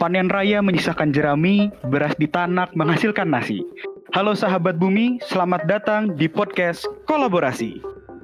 Panen raya menyisakan jerami, beras ditanak menghasilkan nasi. Halo sahabat bumi, selamat datang di podcast Kolaborasi.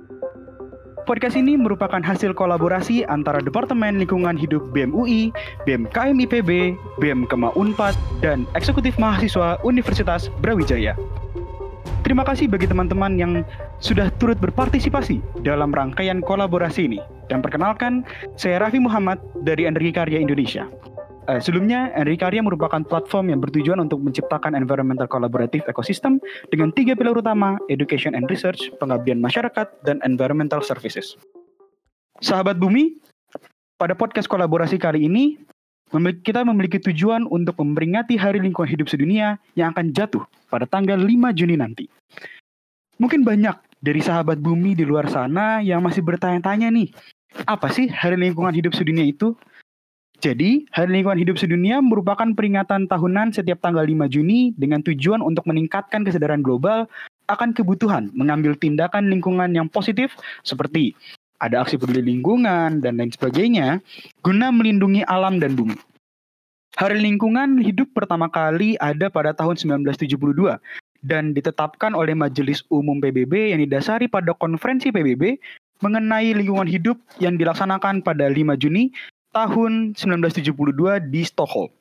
Podcast ini merupakan hasil kolaborasi antara Departemen Lingkungan Hidup BEM UI, BEM KM IPB, BEM Kema Unpad, dan Eksekutif Mahasiswa Universitas Brawijaya. Terima kasih bagi teman-teman yang sudah turut berpartisipasi dalam rangkaian kolaborasi ini. Dan perkenalkan, saya Raffi Muhammad dari Energi Karya Indonesia. Sebelumnya, Energi Karya merupakan platform yang bertujuan untuk menciptakan environmental collaborative ecosystem dengan 3 pilar utama, education and research, pengabdian masyarakat, dan environmental services. Sahabat bumi, pada podcast kolaborasi kali ini, kita memiliki tujuan untuk memperingati Hari Lingkungan Hidup Sedunia yang akan jatuh pada tanggal 5 Juni nanti. Mungkin banyak dari sahabat bumi di luar sana yang masih bertanya-tanya nih, apa sih Hari Lingkungan Hidup Sedunia itu? Jadi, Hari Lingkungan Hidup Sedunia merupakan peringatan tahunan setiap tanggal 5 Juni dengan tujuan untuk meningkatkan kesadaran global akan kebutuhan mengambil tindakan lingkungan yang positif seperti ada aksi peduli lingkungan dan lain sebagainya guna melindungi alam dan bumi. Hari Lingkungan Hidup pertama kali ada pada tahun 1972 dan ditetapkan oleh Majelis Umum PBB yang didasari pada konferensi PBB mengenai lingkungan hidup yang dilaksanakan pada 5 Juni tahun 1972 di Stockholm.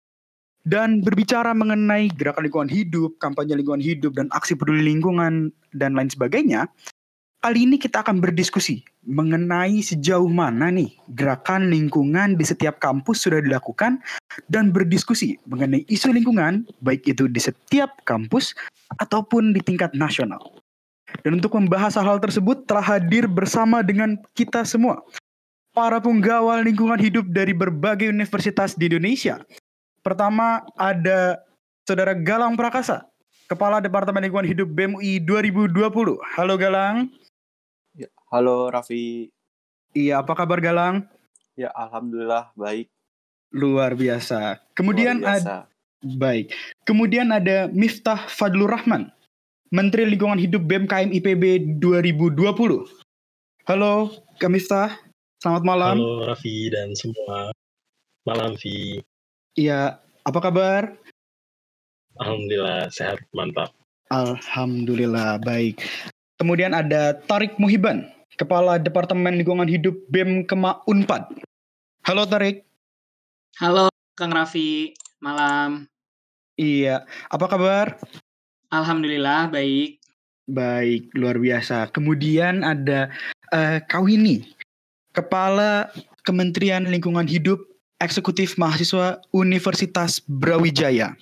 Dan berbicara mengenai gerakan lingkungan hidup, kampanye lingkungan hidup, dan aksi peduli lingkungan, dan lain sebagainya, kali ini kita akan berdiskusi mengenai sejauh mana nih gerakan lingkungan di setiap kampus sudah dilakukan dan berdiskusi mengenai isu lingkungan, baik itu di setiap kampus ataupun di tingkat nasional. Dan untuk membahas hal tersebut telah hadir bersama dengan kita semua para penggawa lingkungan hidup dari berbagai universitas di Indonesia. Pertama ada Saudara Galang Prakasa, Kepala Departemen Lingkungan Hidup BEM UI 2020. Halo Galang. Ya, halo Raffi. Iya, apa kabar Galang? Ya, alhamdulillah baik. Luar biasa. Kemudian baik. Kemudian ada Miftah Fadlur Rahman, Menteri Lingkungan Hidup BEM KM IPB 2020. Halo Kak Miftah. Selamat malam. Halo Raffi dan semua. Malam, Vi. Iya, apa kabar? Alhamdulillah, sehat, mantap. Alhamdulillah, baik. Kemudian ada Tarik Muhiban, Kepala Departemen Lingkungan Hidup BEM Kema Unpad. Halo Tarik. Halo Kang Raffi, malam. Iya, apa kabar? Alhamdulillah, baik. Baik, luar biasa. Kemudian ada Kak Winnie, Kepala Kementerian Lingkungan Hidup Eksekutif Mahasiswa Universitas Brawijaya.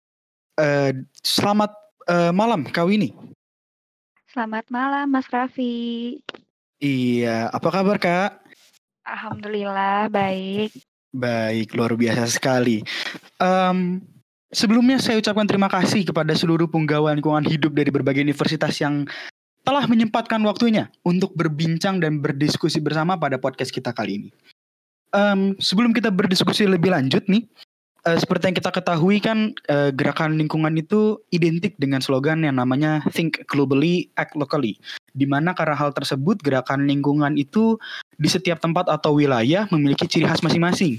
Selamat malam, Kak Winnie. Selamat malam, Mas Raffi. Iya, apa kabar, Kak? Alhamdulillah, baik. Baik, luar biasa sekali. Sebelumnya saya ucapkan terima kasih kepada seluruh penggawa lingkungan hidup dari berbagai universitas yang telah menyempatkan waktunya untuk berbincang dan berdiskusi bersama pada podcast kita kali ini. Sebelum kita berdiskusi lebih lanjut nih, seperti yang kita ketahui kan gerakan lingkungan itu identik dengan slogan yang namanya Think Globally, Act Locally. Di mana karena hal tersebut gerakan lingkungan itu di setiap tempat atau wilayah memiliki ciri khas masing-masing.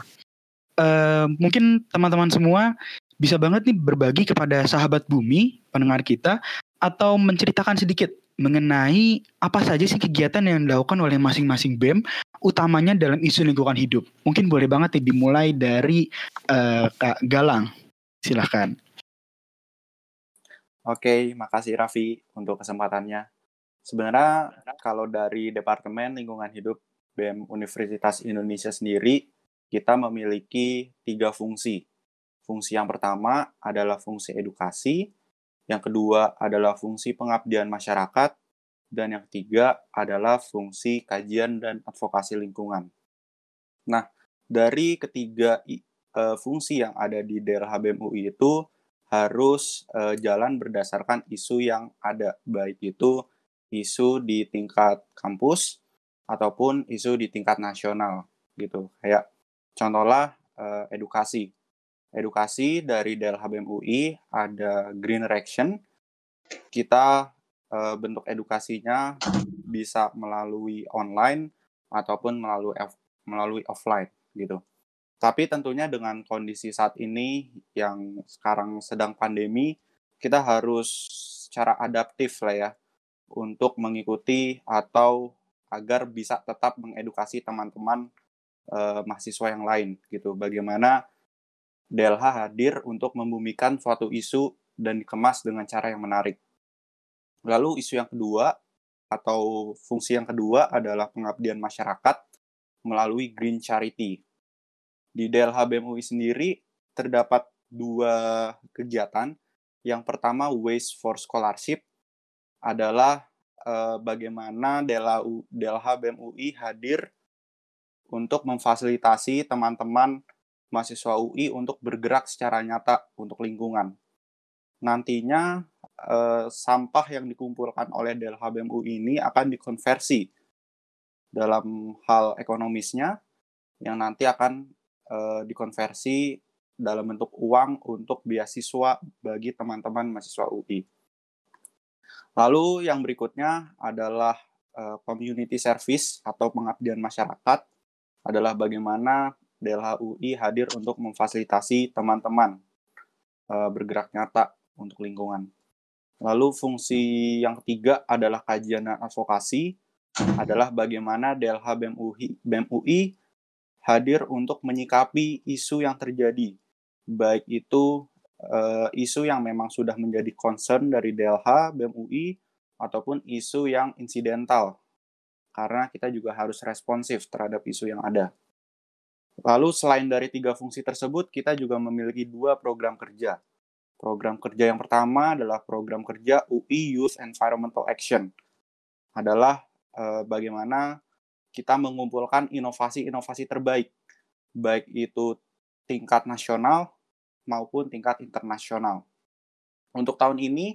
Mungkin teman-teman semua bisa banget nih berbagi kepada sahabat bumi, pendengar kita, atau menceritakan sedikit mengenai apa saja sih kegiatan yang dilakukan oleh masing-masing BEM, utamanya dalam isu lingkungan hidup. Mungkin boleh banget nih dimulai dari Kak Galang. Silahkan. Oke, makasih Raffi untuk kesempatannya. Sebenarnya kalau dari Departemen Lingkungan Hidup BEM Universitas Indonesia sendiri, kita memiliki 3 fungsi. Fungsi yang pertama adalah fungsi edukasi, yang kedua adalah fungsi pengabdian masyarakat, dan yang ketiga adalah fungsi kajian dan advokasi lingkungan. Nah, dari ketiga fungsi yang ada di DLH BEM UI itu harus jalan berdasarkan isu yang ada, baik itu isu di tingkat kampus ataupun isu di tingkat nasional gitu. Kayak contohlah edukasi. Edukasi dari DLH BEM UI ada Green Action. Kita bentuk edukasinya bisa melalui online ataupun melalui offline gitu. Tapi tentunya dengan kondisi saat ini yang sekarang sedang pandemi, kita harus secara adaptif lah ya untuk mengikuti atau agar bisa tetap mengedukasi teman-teman mahasiswa yang lain gitu. Bagaimana DLH hadir untuk membumikan suatu isu dan dikemas dengan cara yang menarik. Lalu isu yang kedua atau fungsi yang kedua adalah pengabdian masyarakat melalui green charity. Di DLH BEM UI sendiri terdapat 2 kegiatan. Yang pertama, Waste for Scholarship, adalah bagaimana DLH BEM UI hadir untuk memfasilitasi teman-teman mahasiswa UI untuk bergerak secara nyata untuk lingkungan. Nantinya sampah yang dikumpulkan oleh DLH BEM UI ini akan dikonversi dalam hal ekonomisnya yang nanti akan dikonversi dalam bentuk uang untuk beasiswa bagi teman-teman mahasiswa UI. Lalu yang berikutnya adalah community service atau pengabdian masyarakat, adalah bagaimana DLH UI hadir untuk memfasilitasi teman-teman bergerak nyata untuk lingkungan. Lalu fungsi yang ketiga adalah kajian dan advokasi, adalah bagaimana DLH BEM UI hadir untuk menyikapi isu yang terjadi, baik itu isu yang memang sudah menjadi concern dari DLH BEM UI ataupun isu yang insidental, karena kita juga harus responsif terhadap isu yang ada. Lalu selain dari 3 fungsi tersebut, kita juga memiliki 2 program kerja. Program kerja yang pertama adalah program kerja UI Youth Environmental Action, adalah bagaimana kita mengumpulkan inovasi-inovasi terbaik, baik itu tingkat nasional maupun tingkat internasional. Untuk tahun ini,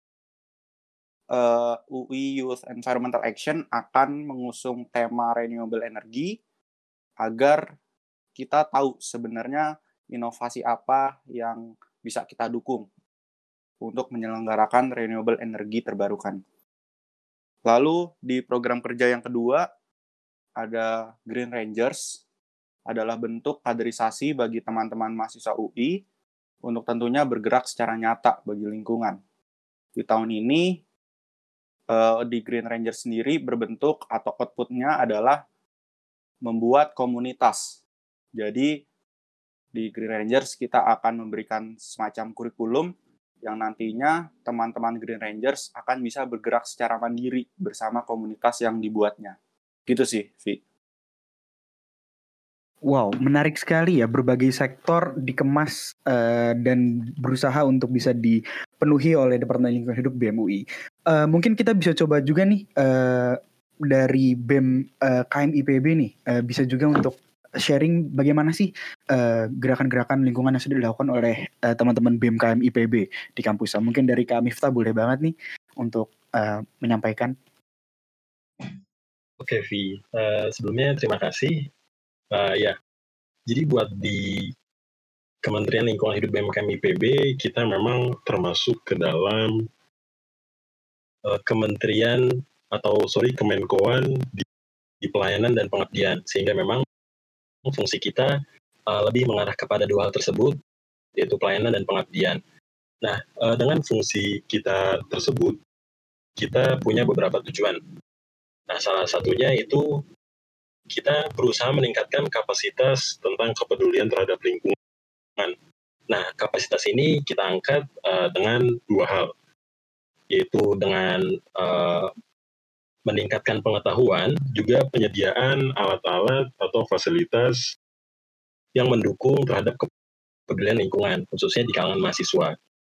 UI Youth Environmental Action akan mengusung tema renewable energy agar kita tahu sebenarnya inovasi apa yang bisa kita dukung untuk menyelenggarakan renewable energy terbarukan. Lalu di program kerja yang kedua, ada Green Rangers, adalah bentuk kaderisasi bagi teman-teman mahasiswa UI untuk tentunya bergerak secara nyata bagi lingkungan. Di tahun ini, di Green Rangers sendiri berbentuk atau output-nya adalah membuat komunitas. Jadi, di Green Rangers kita akan memberikan semacam kurikulum yang nantinya teman-teman Green Rangers akan bisa bergerak secara mandiri bersama komunitas yang dibuatnya. Gitu sih, Vi. Wow, menarik sekali ya, berbagai sektor dikemas dan berusaha untuk bisa dipenuhi oleh Departemen Lingkungan Hidup BEM UI. Mungkin kita bisa coba juga nih dari BEM KM IPB nih, bisa juga untuk sharing bagaimana sih gerakan-gerakan lingkungan yang sudah dilakukan oleh teman-teman BEM KM IPB di kampus. Mungkin dari Kak Miftah boleh banget nih untuk menyampaikan. Oke, Vi. Sebelumnya terima kasih. Ya, jadi buat di Kementerian Lingkungan Hidup BEM KM IPB, kita memang termasuk ke dalam Kemenkoan di pelayanan dan pengabdian, sehingga memang fungsi kita lebih mengarah kepada 2 hal tersebut, yaitu pelayanan dan pengabdian. Nah, dengan fungsi kita tersebut, kita punya beberapa tujuan. Nah, salah satunya itu kita berusaha meningkatkan kapasitas tentang kepedulian terhadap lingkungan. Nah, kapasitas ini kita angkat dengan 2 hal, yaitu dengan meningkatkan pengetahuan, juga penyediaan alat-alat atau fasilitas yang mendukung terhadap kepedulian lingkungan, khususnya di kalangan mahasiswa.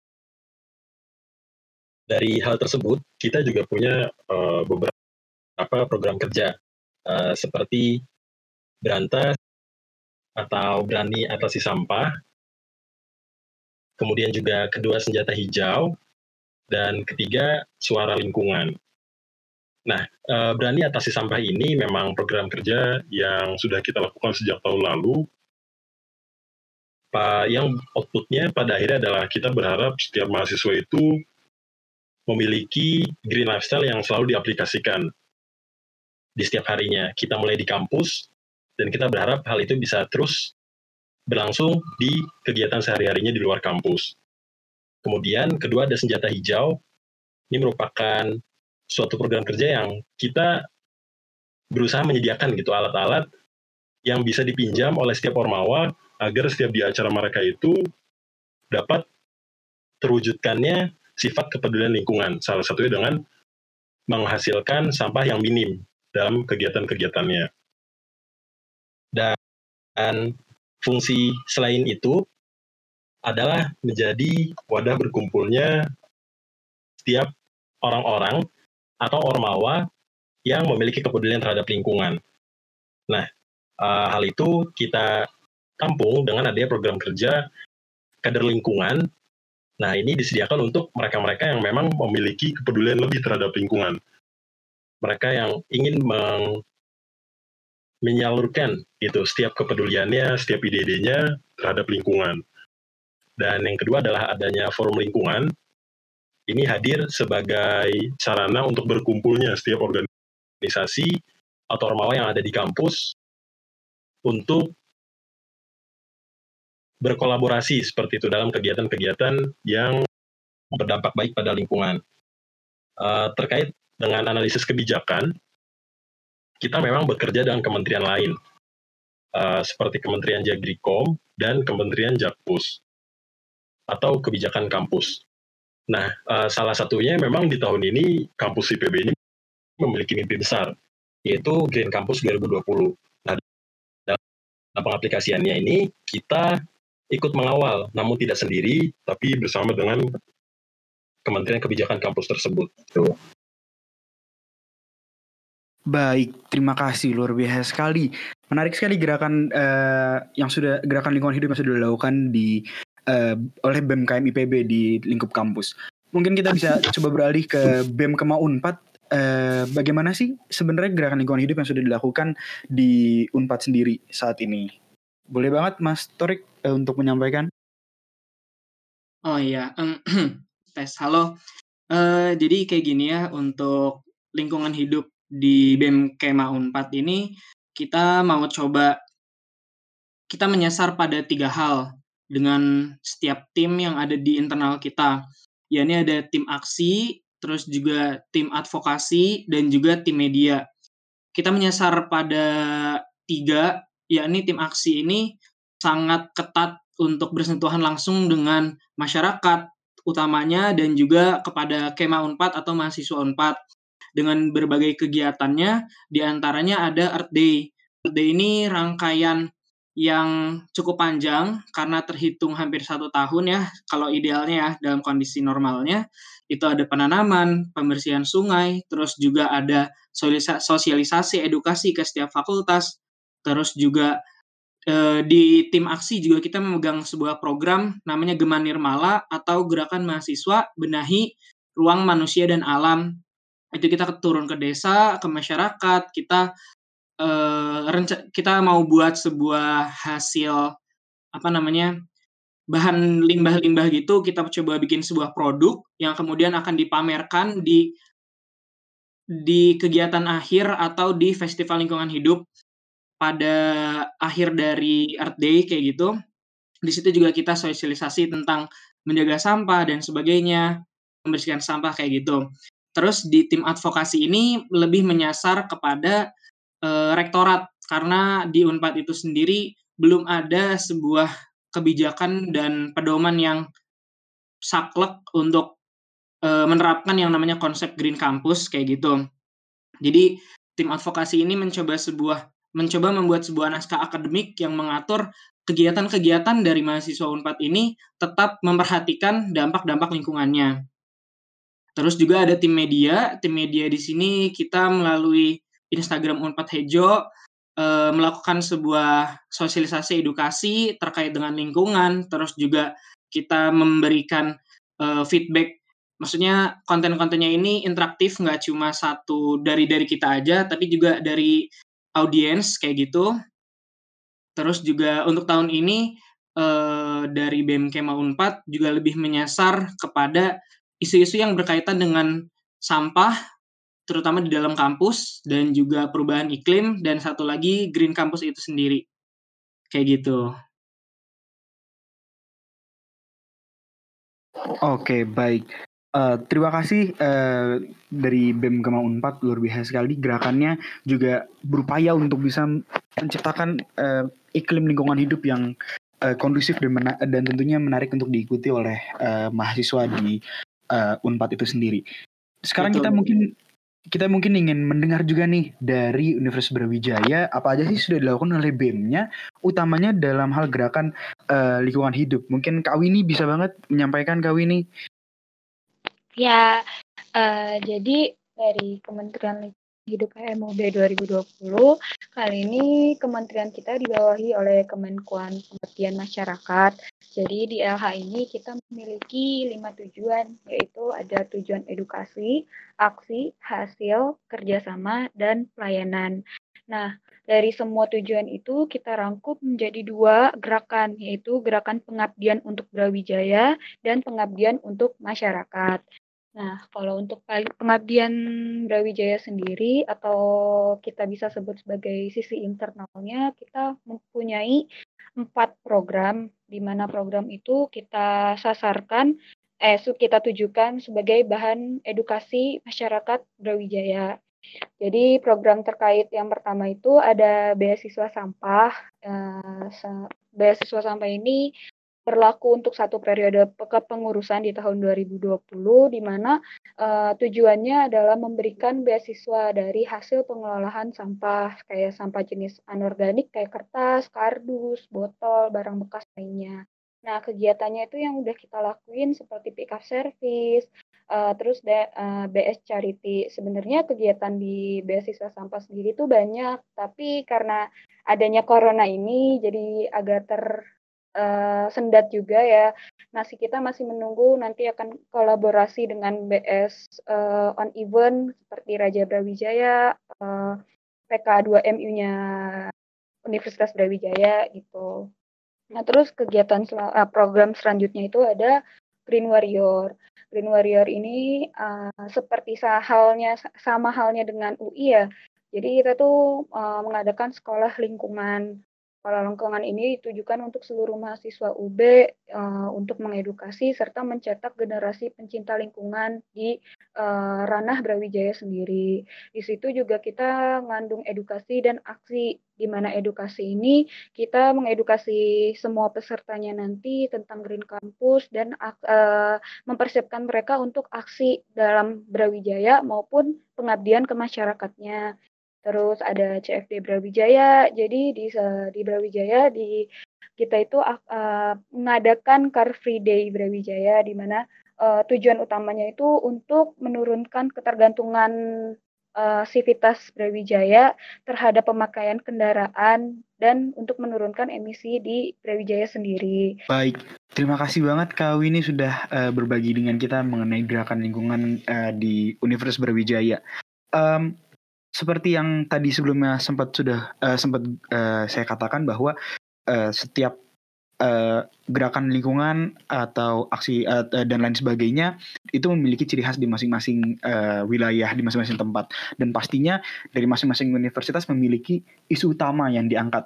Dari hal tersebut, kita juga punya beberapa program kerja, seperti berantas atau berani atasi sampah, kemudian juga kedua senjata hijau, dan ketiga suara lingkungan. Nah, berani atasi sampah ini memang program kerja yang sudah kita lakukan sejak tahun lalu, yang outputnya pada akhirnya adalah kita berharap setiap mahasiswa itu memiliki green lifestyle yang selalu diaplikasikan di setiap harinya. Kita mulai di kampus, dan kita berharap hal itu bisa terus berlangsung di kegiatan sehari-harinya di luar kampus. Kemudian kedua ada senjata hijau. Ini merupakan suatu program kerja yang kita berusaha menyediakan gitu alat-alat yang bisa dipinjam oleh setiap ormawa agar setiap di acara mereka itu dapat terwujudkannya sifat kepedulian lingkungan. Salah satunya dengan menghasilkan sampah yang minim dalam kegiatan-kegiatannya. Dan fungsi selain itu adalah menjadi wadah berkumpulnya setiap orang-orang atau ormawa yang memiliki kepedulian terhadap lingkungan. Nah, hal itu kita tampung dengan adanya program kerja kader lingkungan. Nah, ini disediakan untuk mereka-mereka yang memang memiliki kepedulian lebih terhadap lingkungan. Mereka yang ingin menyalurkan itu setiap kepeduliannya, setiap ide-idenya terhadap lingkungan. Dan yang kedua adalah adanya forum lingkungan. Ini hadir sebagai sarana untuk berkumpulnya setiap organisasi atau ormawa yang ada di kampus untuk berkolaborasi seperti itu dalam kegiatan-kegiatan yang berdampak baik pada lingkungan. Terkait dengan analisis kebijakan, kita memang bekerja dengan kementerian lain, seperti Kementerian Jagrikom dan Kementerian Jakpus, atau kebijakan kampus. Nah, salah satunya memang di tahun ini, kampus IPB ini memiliki mimpi besar, yaitu Green Campus 2020. Nah, dalam pengaplikasiannya ini, kita ikut mengawal, namun tidak sendiri, tapi bersama dengan Kementerian Kebijakan Kampus tersebut. Baik, terima kasih, luar biasa sekali. Menarik sekali gerakan gerakan lingkungan hidup yang sudah dilakukan oleh BEM KM IPB di lingkup kampus. Mungkin kita bisa coba beralih ke BEM Kema Unpad. Bagaimana sih sebenarnya gerakan lingkungan hidup yang sudah dilakukan di Unpad sendiri saat ini? Boleh banget Mas Torik untuk menyampaikan? Oh iya, tes. Halo. Jadi kayak gini ya, untuk lingkungan hidup di BEM Kema Unpad ini, kita menyasar pada 3 hal dengan setiap tim yang ada di internal kita. Yakni ada tim aksi, terus juga tim advokasi, dan juga tim media. Kita menyasar pada 3, yakni tim aksi ini sangat ketat untuk bersentuhan langsung dengan masyarakat utamanya dan juga kepada Kema Unpad atau mahasiswa Unpad dengan berbagai kegiatannya, diantaranya ada Earth Day. Earth Day ini rangkaian yang cukup panjang karena terhitung hampir 1 tahun ya, kalau idealnya ya dalam kondisi normalnya. Itu ada penanaman, pembersihan sungai, terus juga ada sosialisasi edukasi ke setiap fakultas, terus juga di tim aksi juga kita memegang sebuah program namanya Gema Nirmala atau Gerakan Mahasiswa Benahi Ruang Manusia dan Alam. Itu kita turun ke desa, ke masyarakat, kita mau buat sebuah hasil bahan limbah-limbah gitu, kita coba bikin sebuah produk yang kemudian akan dipamerkan di kegiatan akhir atau di festival lingkungan hidup pada akhir dari Earth Day kayak gitu. Di situ juga kita sosialisasi tentang menjaga sampah dan sebagainya, membersihkan sampah kayak gitu. Terus di tim advokasi ini lebih menyasar kepada rektorat, karena di Unpad itu sendiri belum ada sebuah kebijakan dan pedoman yang saklek untuk menerapkan yang namanya konsep Green Campus kayak gitu. Jadi tim advokasi ini mencoba membuat sebuah naskah akademik yang mengatur kegiatan-kegiatan dari mahasiswa Unpad ini tetap memperhatikan dampak-dampak lingkungannya. Terus juga ada tim media. Tim media di sini kita melalui Instagram Unpad Hejo melakukan sebuah sosialisasi edukasi terkait dengan lingkungan. Terus juga kita memberikan feedback. Maksudnya konten-kontennya ini interaktif, nggak cuma satu dari kita aja, tapi juga dari audiens kayak gitu. Terus juga untuk tahun ini dari BEM Kema Unpad juga lebih menyasar kepada isu-isu yang berkaitan dengan sampah, terutama di dalam kampus, dan juga perubahan iklim, dan satu lagi Green Campus itu sendiri. Kayak gitu. Oke, baik. Terima kasih dari BEM Kema Unpad, luar biasa sekali gerakannya, juga berupaya untuk bisa menciptakan iklim lingkungan hidup yang kondusif dan tentunya menarik untuk diikuti oleh mahasiswa di Unpad itu sendiri. Sekarang Betul. kita mungkin ingin mendengar juga nih dari Universitas Brawijaya apa aja sih sudah dilakukan oleh BEM-nya, utamanya dalam hal gerakan lingkungan hidup. Mungkin Kak Winnie bisa banget menyampaikan, Kak Winnie. Ya, jadi dari Kementerian Lingkungan Hidup HMUB 2020, kali ini kementerian kita dibawahi oleh Kemenkuan Pengabdian Masyarakat. Jadi di LH ini kita memiliki 5 tujuan, yaitu ada tujuan edukasi, aksi, hasil, kerjasama, dan pelayanan. Nah, dari semua tujuan itu kita rangkum menjadi 2 gerakan, yaitu gerakan pengabdian untuk Brawijaya dan pengabdian untuk masyarakat. Nah, kalau untuk pengabdian Brawijaya sendiri atau kita bisa sebut sebagai sisi internalnya, kita mempunyai 4 program, di mana program itu kita sasarkan, kita tujukan sebagai bahan edukasi masyarakat Brawijaya. Jadi program terkait yang pertama itu ada beasiswa sampah. Beasiswa sampah ini berlaku untuk 1 periode kepengurusan di tahun 2020, di mana tujuannya adalah memberikan beasiswa dari hasil pengelolaan sampah, kayak sampah jenis anorganik kayak kertas, kardus, botol, barang bekas lainnya. Nah, kegiatannya itu yang udah kita lakuin seperti pick up service, terus BS Charity. Sebenarnya kegiatan di beasiswa sampah sendiri itu banyak, tapi karena adanya corona ini jadi agak sendat juga ya. Kita masih menunggu nanti akan kolaborasi dengan BS on event seperti Raja Brawijaya, PK2MU-nya Universitas Brawijaya gitu. Nah, terus kegiatan program selanjutnya itu ada Green Warrior. Green Warrior ini seperti sama halnya dengan UI ya. Jadi kita tuh mengadakan sekolah lingkungan. Sekolah lingkungan ini ditujukan untuk seluruh mahasiswa UB untuk mengedukasi serta mencetak generasi pencinta lingkungan di ranah Brawijaya sendiri. Di situ juga kita mengandung edukasi dan aksi, di mana edukasi ini kita mengedukasi semua pesertanya nanti tentang Green Campus dan mempersiapkan mereka untuk aksi dalam Brawijaya maupun pengabdian ke masyarakatnya. Terus ada CFD Brawijaya. Jadi di Brawijaya kita itu mengadakan Car Free Day Brawijaya, di mana tujuan utamanya itu untuk menurunkan ketergantungan sivitas Brawijaya terhadap pemakaian kendaraan dan untuk menurunkan emisi di Brawijaya sendiri. Baik, terima kasih banget Kak Winnie sudah berbagi dengan kita mengenai gerakan lingkungan di Universitas Brawijaya. Seperti yang tadi sebelumnya sempat saya katakan bahwa setiap gerakan lingkungan atau aksi dan lain sebagainya itu memiliki ciri khas di masing-masing wilayah, di masing-masing tempat, dan pastinya dari masing-masing universitas memiliki isu utama yang diangkat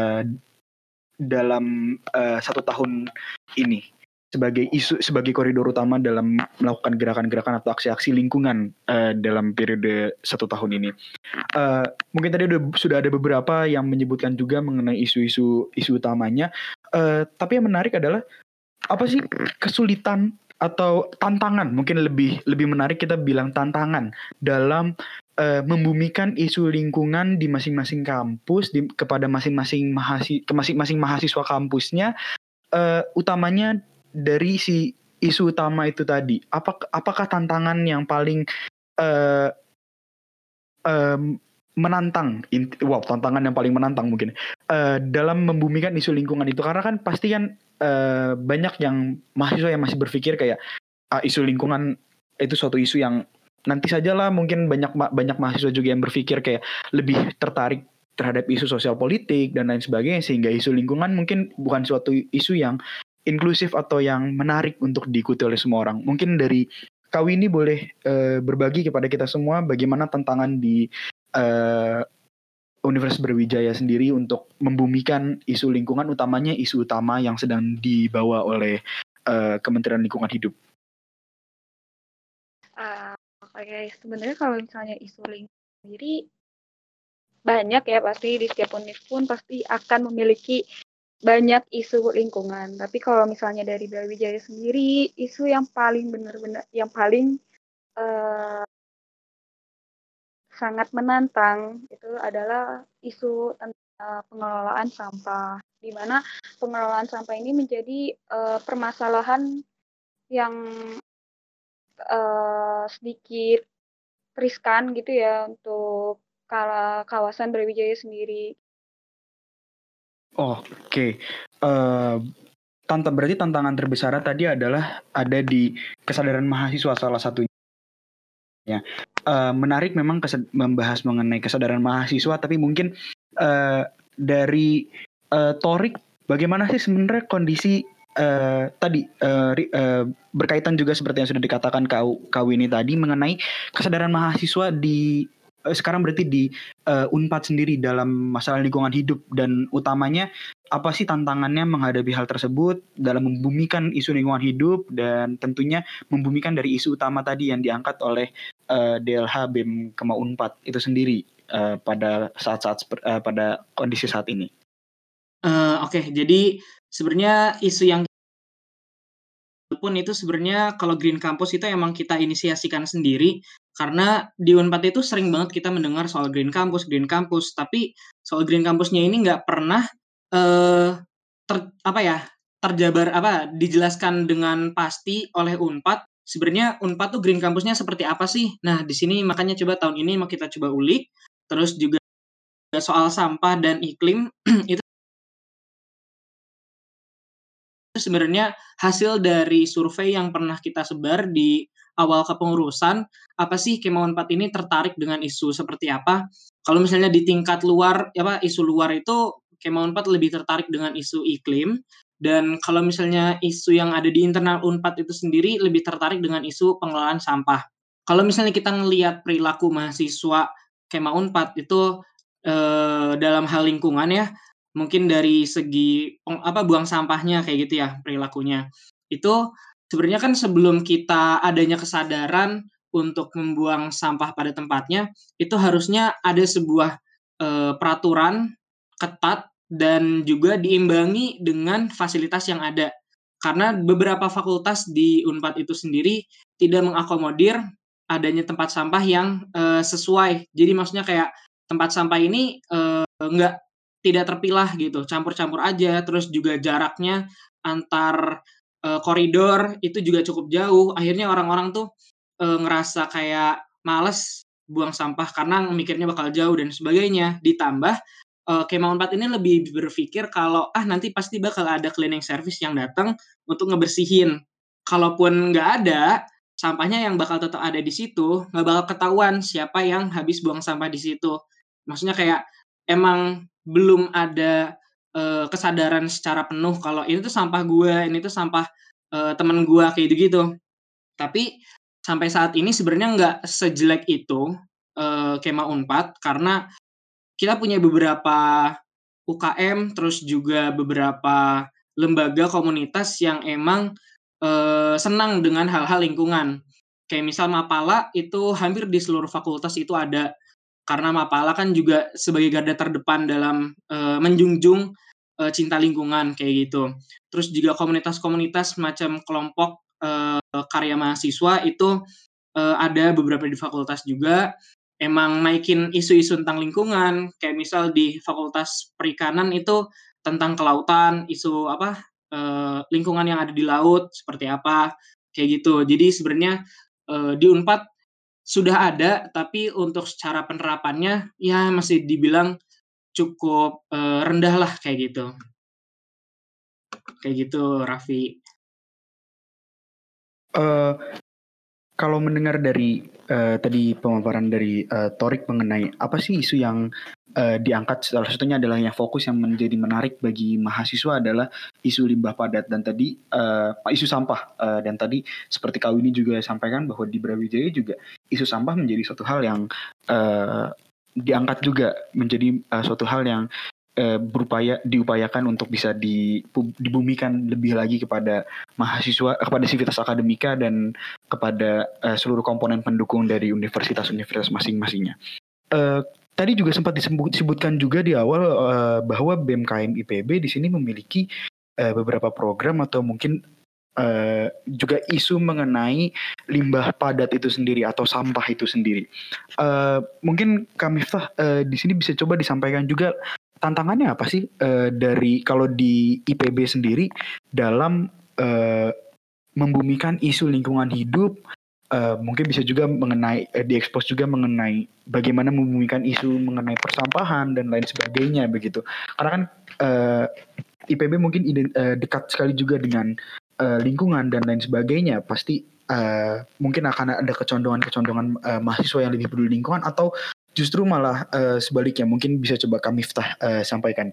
dalam 1 tahun ini sebagai koridor utama dalam melakukan gerakan-gerakan atau aksi-aksi lingkungan dalam periode 1 tahun ini. Mungkin tadi sudah ada beberapa yang menyebutkan juga mengenai isu utamanya. Tapi yang menarik adalah apa sih kesulitan atau tantangan, mungkin lebih menarik kita bilang tantangan dalam membumikan isu lingkungan di masing-masing kampus kepada masing-masing mahasiswa kampusnya, utamanya dari si isu utama itu tadi. Apakah tantangan yang paling menantang, tantangan yang paling menantang mungkin dalam membumikan isu lingkungan itu, karena kan pasti kan banyak yang mahasiswa yang masih berpikir kayak isu lingkungan itu suatu isu yang nanti sajalah. Mungkin banyak mahasiswa juga yang berpikir kayak lebih tertarik terhadap isu sosial politik dan lain sebagainya, sehingga isu lingkungan mungkin bukan suatu isu yang inklusif atau yang menarik untuk diikuti oleh semua orang. Mungkin dari Kak Winnie boleh berbagi kepada kita semua bagaimana tantangan di Universitas Brawijaya sendiri untuk membumikan isu lingkungan, utamanya isu utama yang sedang dibawa oleh Kementerian Lingkungan Hidup? Oke, sebenarnya kalau misalnya isu lingkungan sendiri banyak ya, pasti di setiap univ pun pasti akan memiliki banyak isu lingkungan. Tapi kalau misalnya dari Brawijaya sendiri, isu yang paling benar-benar, yang paling sangat menantang itu adalah isu tentang pengelolaan sampah, di mana pengelolaan sampah ini menjadi permasalahan yang sedikit riskan gitu ya untuk kawasan Brawijaya sendiri. Oke. Berarti tantangan terbesar tadi adalah ada di kesadaran mahasiswa salah satunya. Menarik memang membahas mengenai kesadaran mahasiswa, tapi mungkin dari Torik, bagaimana sih sebenarnya kondisi tadi berkaitan juga seperti yang sudah dikatakan Kak Winnie tadi mengenai kesadaran mahasiswa di sekarang berarti di Unpad sendiri dalam masalah lingkungan hidup, dan utamanya apa sih tantangannya menghadapi hal tersebut dalam membumikan isu lingkungan hidup, dan tentunya membumikan dari isu utama tadi yang diangkat oleh DLH BEM Kema Unpad itu sendiri pada pada kondisi saat ini. Oke, jadi sebenarnya isu yang pun itu sebenarnya kalau Green Campus itu emang kita inisiasikan sendiri, karena di Unpad itu sering banget kita mendengar soal Green Campus, tapi soal Green Campus-nya ini nggak pernah dijelaskan dengan pasti oleh Unpad. Sebenarnya Unpad tuh Green Campus-nya seperti apa sih? Nah, di sini makanya coba tahun ini mau kita coba ulik. Terus juga soal sampah dan iklim itu sebenarnya hasil dari survei yang pernah kita sebar di awal kepengurusan. Apa sih Kema Unpad ini tertarik dengan isu seperti apa? Kalau misalnya di tingkat luar, isu luar itu Kema Unpad lebih tertarik dengan isu iklim. Dan kalau misalnya isu yang ada di internal Unpad itu sendiri lebih tertarik dengan isu pengelolaan sampah. Kalau misalnya kita ngelihat perilaku mahasiswa Kema Unpad itu dalam hal lingkungan ya, mungkin dari segi buang sampahnya kayak gitu ya perilakunya. Itu sebenarnya kan sebelum kita adanya kesadaran untuk membuang sampah pada tempatnya, itu harusnya ada sebuah peraturan ketat dan juga diimbangi dengan fasilitas yang ada. Karena beberapa fakultas di Unpad itu sendiri tidak mengakomodir adanya tempat sampah yang sesuai. Jadi maksudnya kayak tempat sampah ini tidak terpilah gitu, campur-campur aja, terus juga jaraknya antar koridor itu juga cukup jauh. Akhirnya orang-orang tuh ngerasa kayak males buang sampah karena mikirnya bakal jauh dan sebagainya. Ditambah Kema Unpad ini lebih berpikir kalau nanti pasti bakal ada cleaning service yang datang untuk ngebersihin. Kalaupun nggak ada, sampahnya yang bakal tetap ada di situ, nggak bakal ketahuan siapa yang habis buang sampah di situ. Maksudnya kayak emang belum ada kesadaran secara penuh kalau ini tuh sampah gue, ini tuh sampah teman gue kayak gitu. Tapi sampai saat ini sebenarnya nggak sejelek itu Kema Unpad, karena kita punya beberapa UKM, terus juga beberapa lembaga komunitas yang emang senang dengan hal-hal lingkungan. Kayak misal Mapala itu hampir di seluruh fakultas itu ada, karena Mapala kan juga sebagai garda terdepan dalam menjunjung cinta lingkungan kayak gitu. Terus juga komunitas-komunitas macam kelompok karya mahasiswa itu ada beberapa di fakultas juga. Emang naikin isu-isu tentang lingkungan, kayak misal di Fakultas Perikanan itu tentang kelautan, isu lingkungan yang ada di laut seperti apa, kayak gitu. Jadi sebenarnya di Unpad sudah ada, tapi untuk secara penerapannya ya masih dibilang cukup rendah lah kayak gitu. Kayak gitu, Raffi. Kalau mendengar dari tadi pemaparan dari Torik mengenai apa sih isu yang diangkat, salah satunya adalah yang fokus yang menjadi menarik bagi mahasiswa adalah isu limbah padat dan tadi isu sampah, dan tadi seperti Kak Winnie juga sampaikan bahwa di Brawijaya juga isu sampah menjadi suatu hal yang diangkat juga menjadi suatu hal yang diupayakan untuk bisa dibumikan lebih lagi kepada mahasiswa, kepada sivitas akademika dan kepada seluruh komponen pendukung dari universitas-universitas masing-masingnya. Tadi juga sempat disebutkan juga di awal bahwa BMKM IPB di sini memiliki beberapa program atau mungkin juga isu mengenai limbah padat itu sendiri atau sampah itu sendiri. Mungkin Kak Miftah di sini bisa coba disampaikan juga tantangannya apa sih dari kalau di IPB sendiri dalam membumikan isu lingkungan hidup. Mungkin bisa juga mengenai diekspos juga mengenai bagaimana membumikan isu mengenai persampahan dan lain sebagainya begitu. Karena kan IPB mungkin dekat sekali juga dengan lingkungan dan lain sebagainya. Pasti mungkin akan ada kecondongan mahasiswa yang lebih peduli lingkungan atau justru malah sebaliknya. Mungkin bisa coba Kak Miftah sampaikan.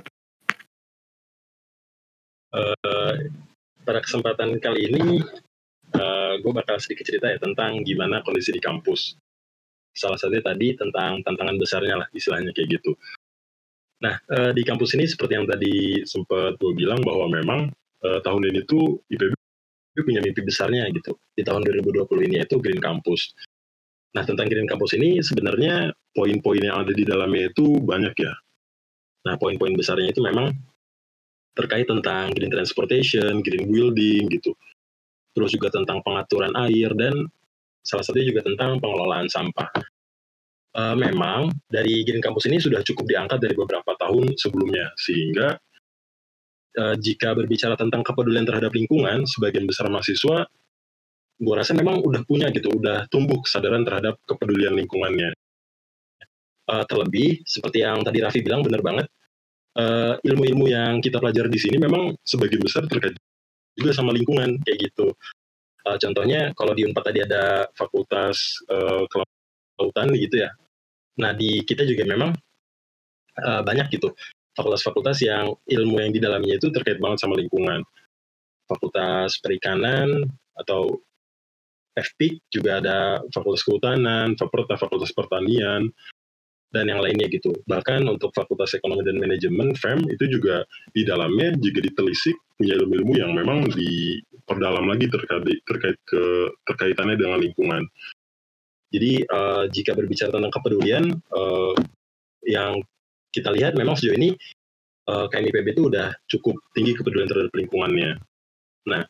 Pada kesempatan kali ini gue bakal sedikit cerita ya tentang gimana kondisi di kampus. Salah satunya tadi tentang tantangan besarnya lah istilahnya kayak gitu. Nah, di kampus ini seperti yang tadi sempat gue bilang bahwa memang tahun ini tuh IPB punya mimpi besarnya gitu. Di tahun 2020 ini yaitu Green Campus. Nah, tentang Green Campus ini sebenarnya poin-poin yang ada di dalamnya itu banyak ya. Nah, poin-poin besarnya itu memang terkait tentang green transportation, green building gitu. Terus juga tentang pengaturan air dan salah satunya juga tentang pengelolaan sampah. Memang dari Green Campus ini sudah cukup diangkat dari beberapa tahun sebelumnya, sehingga jika berbicara tentang kepedulian terhadap lingkungan, sebagian besar mahasiswa, gue rasa memang udah punya gitu, udah tumbuh kesadaran terhadap kepedulian lingkungannya. Terlebih, seperti yang tadi Raffi bilang, benar banget, ilmu-ilmu yang kita pelajari di sini memang sebagian besar terkait juga sama lingkungan, kayak gitu. Contohnya, kalau di Unpad tadi ada fakultas kelautan gitu ya. Nah, di kita juga memang banyak gitu fakultas-fakultas yang ilmu yang di dalamnya itu terkait banget sama lingkungan. Fakultas Perikanan atau FPIK juga ada Fakultas Kehutanan, Fakultas Pertanian, dan yang lainnya gitu. Bahkan untuk Fakultas Ekonomi dan Manajemen, FEM, itu juga di dalamnya juga ditelisik punya ilmu-ilmu yang memang diperdalam lagi terkaitannya dengan lingkungan. Jadi jika berbicara tentang kepedulian, yang kita lihat memang sejauh ini KMIPB itu udah cukup tinggi kepedulian terhadap lingkungannya. Nah,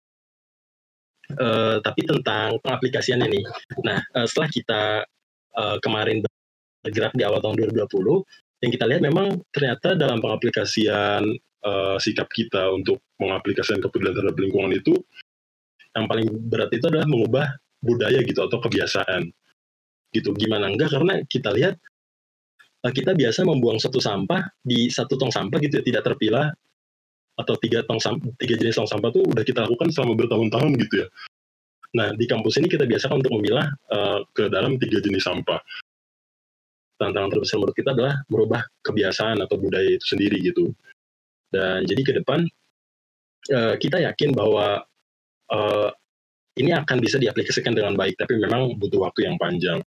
tapi tentang pengaplikasiannya nih. Nah, setelah kita kemarin bergerak di awal tahun 2020, yang kita lihat memang ternyata dalam pengaplikasian sikap kita untuk mengaplikasikan kepedulian terhadap lingkungan itu, yang paling berat itu adalah mengubah budaya gitu atau kebiasaan. Gitu. Gimana enggak? Karena kita lihat kita biasa membuang satu sampah di satu tong sampah gitu ya, tidak terpilah, atau tiga jenis tong sampah tuh udah kita lakukan selama bertahun-tahun gitu ya. Nah, di kampus ini kita biasakan untuk memilah ke dalam 3 jenis sampah. Tantangan terbesar menurut kita adalah merubah kebiasaan atau budaya itu sendiri gitu. Dan jadi ke depan kita yakin bahwa ini akan bisa diaplikasikan dengan baik, tapi memang butuh waktu yang panjang.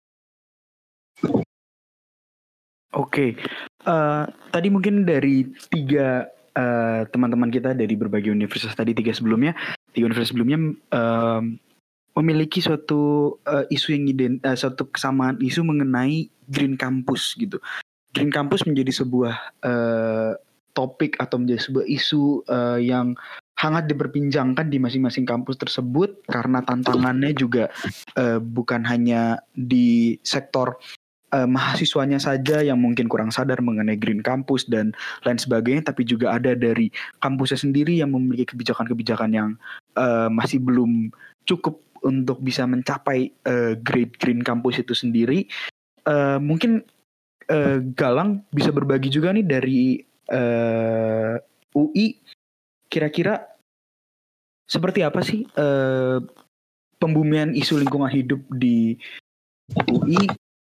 Oke, tadi mungkin dari 3 teman-teman kita dari berbagai universitas tadi, 3 universitas sebelumnya memiliki suatu isu yang suatu kesamaan isu mengenai Green Campus gitu. Green Campus menjadi sebuah topik atau menjadi sebuah isu yang hangat diperbincangkan di masing-masing kampus tersebut karena tantangannya juga bukan hanya di sektor mahasiswanya saja yang mungkin kurang sadar mengenai Green Campus dan lain sebagainya, tapi juga ada dari kampusnya sendiri yang memiliki kebijakan-kebijakan yang masih belum cukup untuk bisa mencapai grade Green Campus itu sendiri. Mungkin Galang bisa berbagi juga nih dari UI, kira-kira seperti apa sih pembumian isu lingkungan hidup di UI?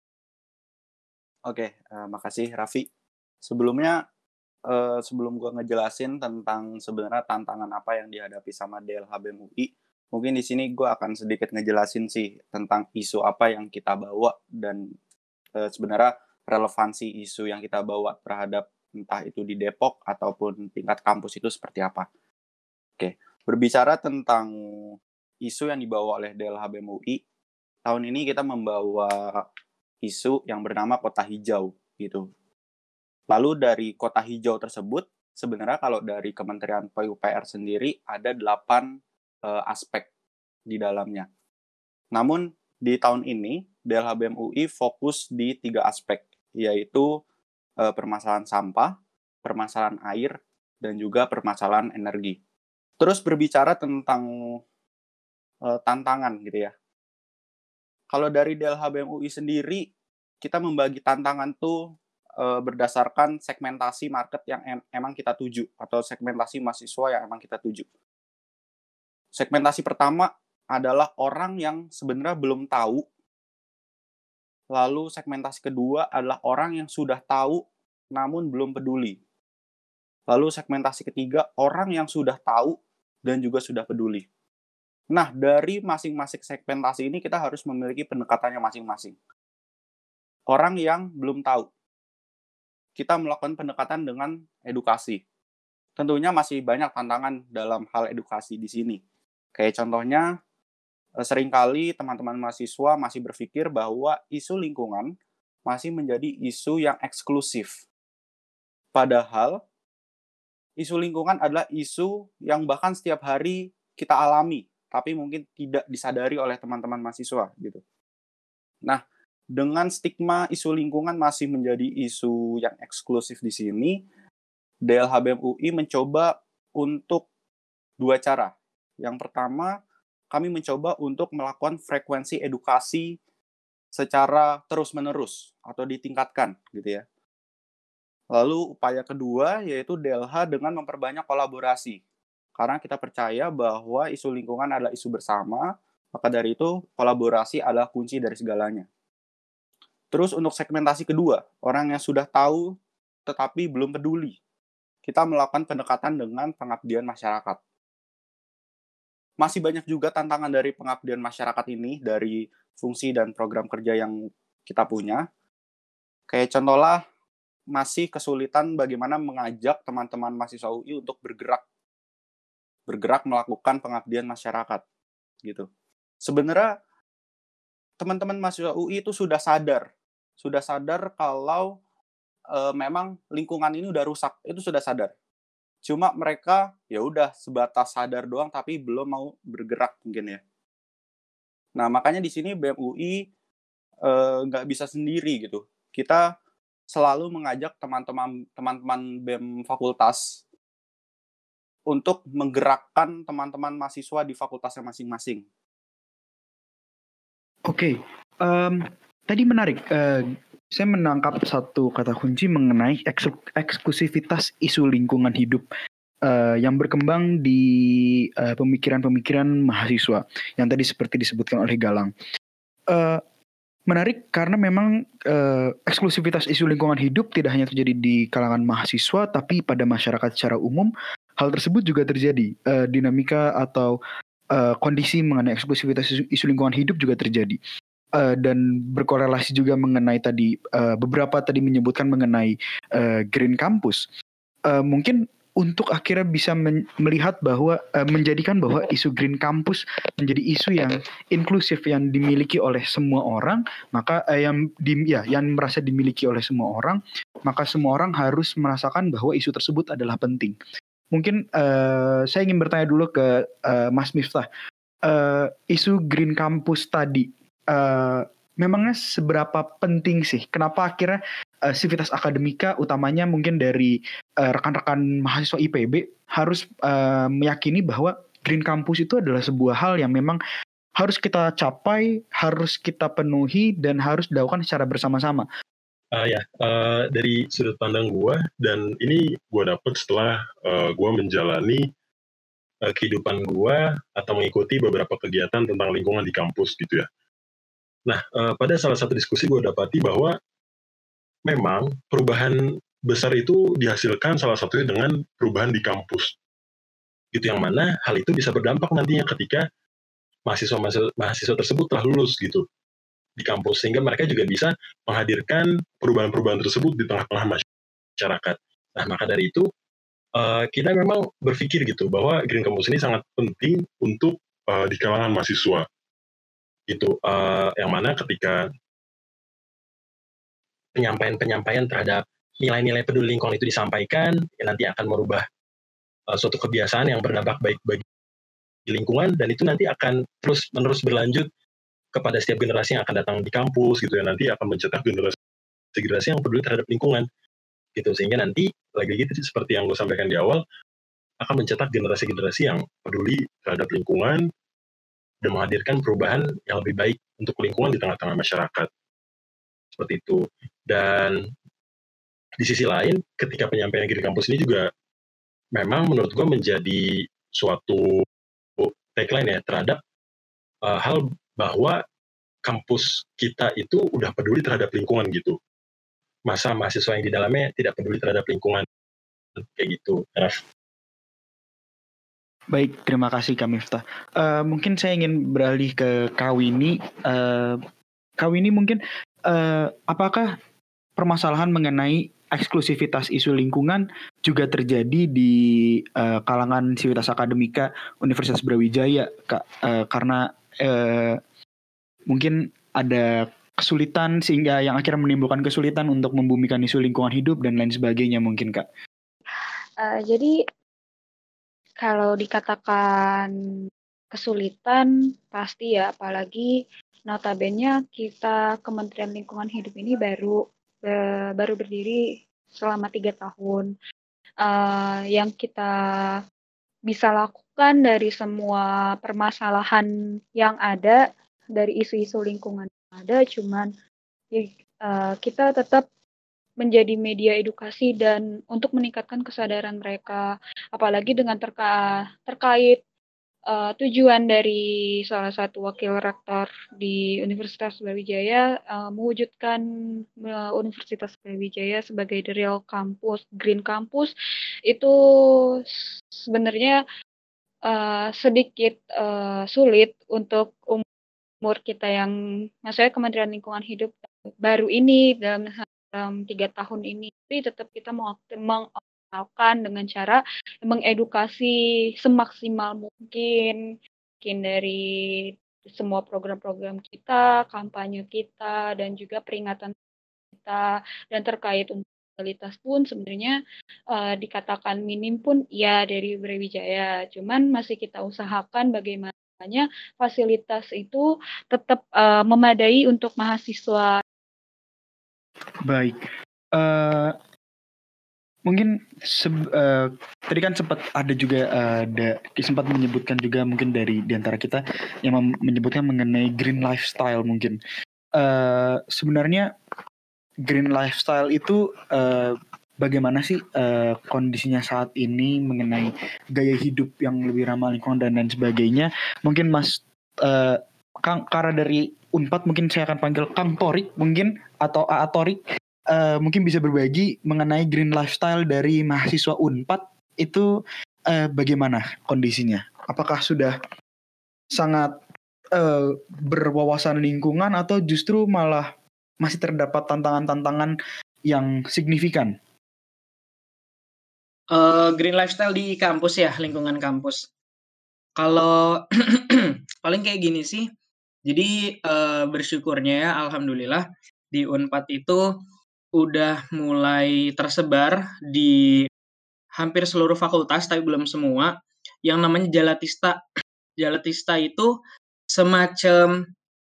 Oke, makasih Raffi. Sebelumnya, sebelum gue ngejelasin tentang sebenarnya tantangan apa yang dihadapi sama DLHBM UI, mungkin di sini gue akan sedikit ngejelasin sih tentang isu apa yang kita bawa dan sebenarnya relevansi isu yang kita bawa terhadap entah itu di Depok ataupun tingkat kampus itu seperti apa. Oke, berbicara tentang isu yang dibawa oleh DLH BEM UI, tahun ini kita membawa isu yang bernama Kota Hijau gitu. Lalu dari Kota Hijau tersebut, sebenarnya kalau dari Kementerian PUPR sendiri ada 8 aspek di dalamnya. Namun di tahun ini DLH BEM UI fokus di 3 aspek, yaitu permasalahan sampah, permasalahan air, dan juga permasalahan energi. Terus berbicara tentang tantangan gitu ya. Kalau dari DLH BEM UI sendiri, kita membagi tantangan tuh berdasarkan segmentasi market yang emang kita tuju, atau segmentasi mahasiswa yang emang kita tuju. Segmentasi pertama adalah orang yang sebenarnya belum tahu. Lalu segmentasi kedua adalah orang yang sudah tahu namun belum peduli. Lalu segmentasi ketiga, orang yang sudah tahu dan juga sudah peduli. Nah, dari masing-masing segmentasi ini kita harus memiliki pendekatannya masing-masing. Orang yang belum tahu, kita melakukan pendekatan dengan edukasi. Tentunya masih banyak tantangan dalam hal edukasi di sini. Kayak contohnya, seringkali teman-teman mahasiswa masih berpikir bahwa isu lingkungan masih menjadi isu yang eksklusif. Padahal, isu lingkungan adalah isu yang bahkan setiap hari kita alami, tapi mungkin tidak disadari oleh teman-teman mahasiswa gitu. Nah, dengan stigma isu lingkungan masih menjadi isu yang eksklusif di sini, DLH BEM UI mencoba untuk 2 cara. Yang pertama, kami mencoba untuk melakukan frekuensi edukasi secara terus-menerus atau ditingkatkan gitu ya. Lalu upaya kedua yaitu DLH dengan memperbanyak kolaborasi. Karena kita percaya bahwa isu lingkungan adalah isu bersama, maka dari itu kolaborasi adalah kunci dari segalanya. Terus untuk segmentasi kedua, orang yang sudah tahu tetapi belum peduli. Kita melakukan pendekatan dengan pengabdian masyarakat. Masih banyak juga tantangan dari pengabdian masyarakat ini, dari fungsi dan program kerja yang kita punya. Kayak contohnya, masih kesulitan bagaimana mengajak teman-teman mahasiswa UI untuk bergerak melakukan pengabdian masyarakat gitu. Sebenarnya teman-teman mahasiswa UI itu sudah sadar kalau memang lingkungan ini udah rusak, itu sudah sadar. Cuma mereka ya udah sebatas sadar doang tapi belum mau bergerak mungkin ya. Nah, makanya di sini BEM UI nggak bisa sendiri gitu. Kita selalu mengajak teman-teman BEM fakultas untuk menggerakkan teman-teman mahasiswa di fakultasnya masing-masing. Oke, tadi menarik. Saya menangkap satu kata kunci mengenai eksklusivitas isu lingkungan hidup yang berkembang di pemikiran-pemikiran mahasiswa yang tadi seperti disebutkan oleh Galang. Menarik karena memang eksklusivitas isu lingkungan hidup tidak hanya terjadi di kalangan mahasiswa, tapi pada masyarakat secara umum hal tersebut juga terjadi. Dinamika atau kondisi mengenai eksklusivitas isu lingkungan hidup juga terjadi. Dan berkorelasi juga mengenai tadi beberapa tadi menyebutkan mengenai Green Campus. Mungkin untuk akhirnya bisa melihat bahwa menjadikan bahwa isu Green Campus menjadi isu yang inklusif yang dimiliki oleh semua orang, maka yang merasa dimiliki oleh semua orang, maka semua orang harus merasakan bahwa isu tersebut adalah penting. Mungkin saya ingin bertanya dulu ke Mas Miftah, isu Green Campus tadi memangnya seberapa penting sih? Kenapa akhirnya sivitas akademika utamanya mungkin dari rekan-rekan mahasiswa IPB harus meyakini bahwa Green Campus itu adalah sebuah hal yang memang harus kita capai, harus kita penuhi, dan harus dilakukan secara bersama-sama? Dari sudut pandang gue, dan ini gue dapet setelah gue menjalani kehidupan gue atau mengikuti beberapa kegiatan tentang lingkungan di kampus gitu ya. Nah, pada salah satu diskusi gue dapati bahwa memang perubahan besar itu dihasilkan salah satunya dengan perubahan di kampus. Itu yang mana hal itu bisa berdampak nantinya ketika mahasiswa tersebut telah lulus gitu di kampus, sehingga mereka juga bisa menghadirkan perubahan-perubahan tersebut di tengah-tengah masyarakat. Nah, maka dari itu kita memang berpikir gitu bahwa Green Campus ini sangat penting untuk di kalangan mahasiswa. Gitu, yang mana ketika penyampaian terhadap nilai-nilai peduli lingkungan itu disampaikan, ya nanti akan merubah suatu kebiasaan yang berdampak baik bagi lingkungan, dan itu nanti akan terus-menerus berlanjut kepada setiap generasi yang akan datang di kampus gitu ya, nanti akan mencetak generasi yang peduli terhadap lingkungan gitu, sehingga nanti lagi-lagi seperti yang gue sampaikan di awal, akan mencetak generasi-generasi yang peduli terhadap lingkungan dan menghadirkan perubahan yang lebih baik untuk lingkungan di tengah-tengah masyarakat. Seperti itu. Dan di sisi lain, ketika penyampaian Green Campus ini juga memang menurut gue menjadi suatu tagline ya terhadap hal bahwa kampus kita itu udah peduli terhadap lingkungan gitu. Masa mahasiswa yang di dalamnya tidak peduli terhadap lingkungan kayak gitu. Baik, terima kasih Kak Miftah. Mungkin saya ingin beralih ke Kak Winnie. Kak Winnie mungkin apakah permasalahan mengenai eksklusivitas isu lingkungan juga terjadi di kalangan sivitas akademika Universitas Brawijaya, Kak? Karena mungkin ada kesulitan sehingga yang akhirnya menimbulkan kesulitan untuk membumikan isu lingkungan hidup dan lain sebagainya mungkin, Kak. Jadi kalau dikatakan kesulitan pasti ya, apalagi notabene kita Kementerian Lingkungan Hidup ini baru berdiri selama 3 tahun. Yang kita bisa lakukan dari semua permasalahan yang ada, dari isu-isu lingkungan yang ada, cuman kita tetap menjadi media edukasi dan untuk meningkatkan kesadaran mereka, apalagi dengan terkait tujuan dari salah satu wakil rektor di Universitas Brawijaya mewujudkan Universitas Brawijaya sebagai the real campus, green campus, itu sebenarnya sedikit sulit untuk umur kita yang, maksudnya Kementerian Lingkungan Hidup baru ini dalam 3 tahun ini, tapi tetap kita mengoptimalkan dengan cara mengedukasi semaksimal mungkin dari semua program-program kita, kampanye kita, dan juga peringatan kita. Dan terkait untuk fasilitas pun sebenarnya dikatakan minim pun ya dari Brawijaya, cuman masih kita usahakan bagaimananya fasilitas itu tetap memadai untuk mahasiswa. Baik, mungkin tadi kan sempat ada juga sempat menyebutkan juga mungkin dari diantara kita yang menyebutkan mengenai green lifestyle mungkin. Sebenarnya green lifestyle itu bagaimana sih kondisinya saat ini mengenai gaya hidup yang lebih ramah lingkungan dan lain sebagainya? Mungkin Mas Kang, karena dari Unpad mungkin saya akan panggil Kang Torik mungkin atau AA Torik, mungkin bisa berbagi mengenai green lifestyle dari mahasiswa Unpad itu bagaimana kondisinya? Apakah sudah sangat berwawasan lingkungan atau justru malah masih terdapat tantangan-tantangan yang signifikan? Green lifestyle di kampus ya, lingkungan kampus. Kalau paling kayak gini sih. Jadi bersyukurnya ya, alhamdulillah di Unpad itu udah mulai tersebar di hampir seluruh fakultas, tapi belum semua, yang namanya Jalatista. Jalatista itu semacam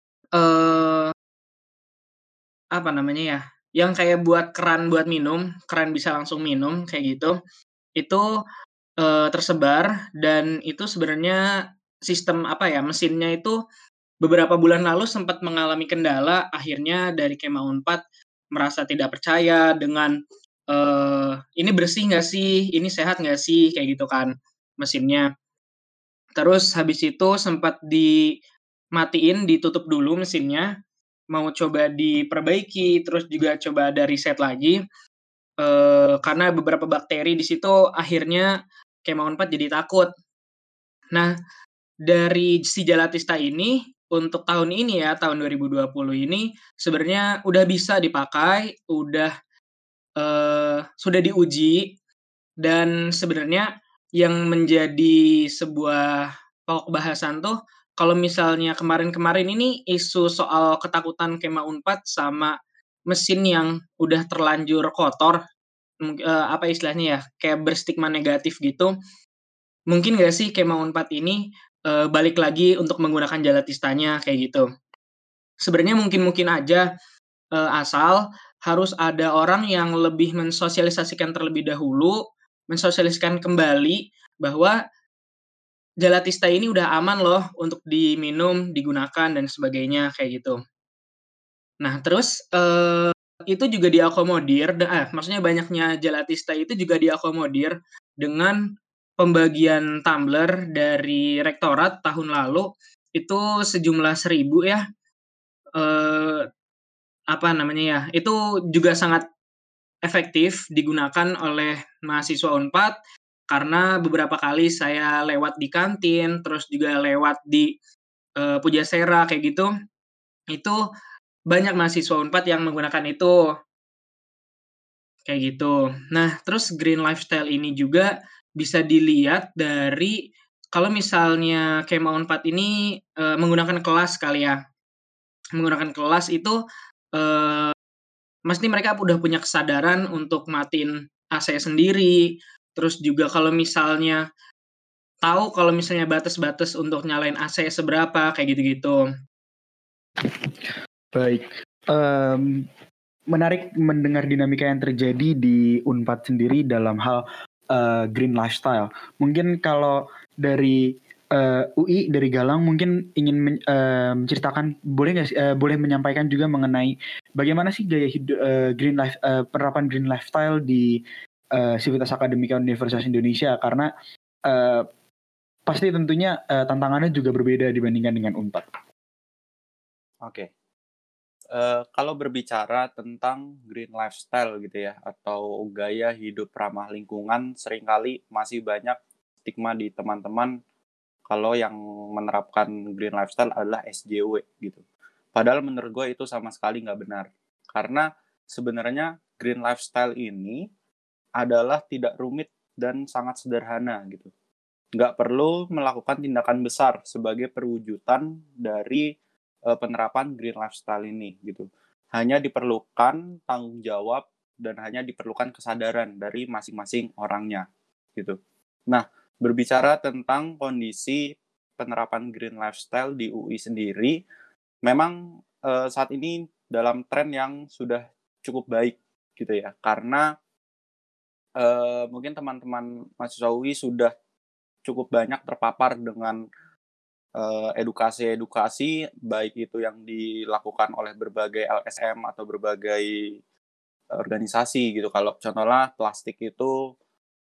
apa namanya ya, yang kayak buat keran buat minum, keran bisa langsung minum kayak gitu. Itu tersebar, dan itu sebenarnya sistem apa ya, mesinnya itu beberapa bulan lalu sempat mengalami kendala, akhirnya dari Kema Unpad merasa tidak percaya dengan ini bersih nggak sih, ini sehat nggak sih, kayak gitu kan mesinnya. Terus habis itu sempat dimatiin, ditutup dulu mesinnya, mau coba diperbaiki, terus juga coba ada riset lagi, karena beberapa bakteri di situ akhirnya Kema Unpad jadi takut. Nah, dari si Jalatista ini untuk tahun ini ya, tahun 2020 ini sebenarnya udah bisa dipakai, udah sudah diuji dan sebenarnya yang menjadi sebuah pokok bahasan tuh kalau misalnya kemarin-kemarin ini isu soal ketakutan Kema Unpad sama mesin yang udah terlanjur kotor, apa istilahnya ya, kayak berstigma negatif gitu. Mungkin nggak sih Kema Unpad ini, balik lagi untuk menggunakan Jalatistanya kayak gitu. Sebenarnya mungkin aja, asal harus ada orang yang lebih mensosialisasikan terlebih dahulu, mensosialisasikan kembali bahwa Jalatista ini udah aman loh untuk diminum, digunakan dan sebagainya kayak gitu. Nah terus, itu juga diakomodir maksudnya banyaknya Jalatista itu juga diakomodir dengan pembagian tumbler dari rektorat tahun lalu, itu sejumlah 1.000 ya, eee, apa namanya ya, itu juga sangat efektif digunakan oleh mahasiswa Unpad, karena beberapa kali saya lewat di kantin, terus juga lewat di, Pujasera kayak gitu, itu banyak mahasiswa Unpad yang menggunakan itu, kayak gitu. Nah, terus green lifestyle ini juga bisa dilihat dari kalau misalnya Kema Unpad ini, menggunakan kelas kali ya. Menggunakan kelas itu, mesti mereka udah punya kesadaran untuk matiin AC sendiri, terus juga kalau misalnya tahu kalau misalnya batas-batas untuk nyalain AC seberapa, kayak gitu-gitu. Baik, menarik mendengar dinamika yang terjadi di Unpad sendiri dalam hal green lifestyle. Mungkin kalau dari UI dari Galang mungkin ingin menceritakan, boleh menyampaikan juga mengenai bagaimana sih gaya hidup penerapan green lifestyle di Sivitas Akademika Universitas Indonesia, karena pasti tentunya tantangannya juga berbeda dibandingkan dengan Unpad. Oke. Kalau berbicara tentang green lifestyle gitu ya, atau gaya hidup ramah lingkungan, seringkali masih banyak stigma di teman-teman kalau yang menerapkan green lifestyle adalah SJW gitu. Padahal menurut gue itu sama sekali nggak benar. Karena sebenarnya green lifestyle ini adalah tidak rumit dan sangat sederhana gitu. Nggak perlu melakukan tindakan besar sebagai perwujudan dari penerapan green lifestyle ini gitu. Hanya diperlukan tanggung jawab dan hanya diperlukan kesadaran dari masing-masing orangnya gitu. Nah, berbicara tentang kondisi penerapan green lifestyle di UI sendiri, memang saat ini dalam tren yang sudah cukup baik gitu ya. Karena mungkin teman-teman mahasiswa UI sudah cukup banyak terpapar dengan edukasi-edukasi, baik itu yang dilakukan oleh berbagai LSM atau berbagai organisasi gitu. Kalau contohnya plastik itu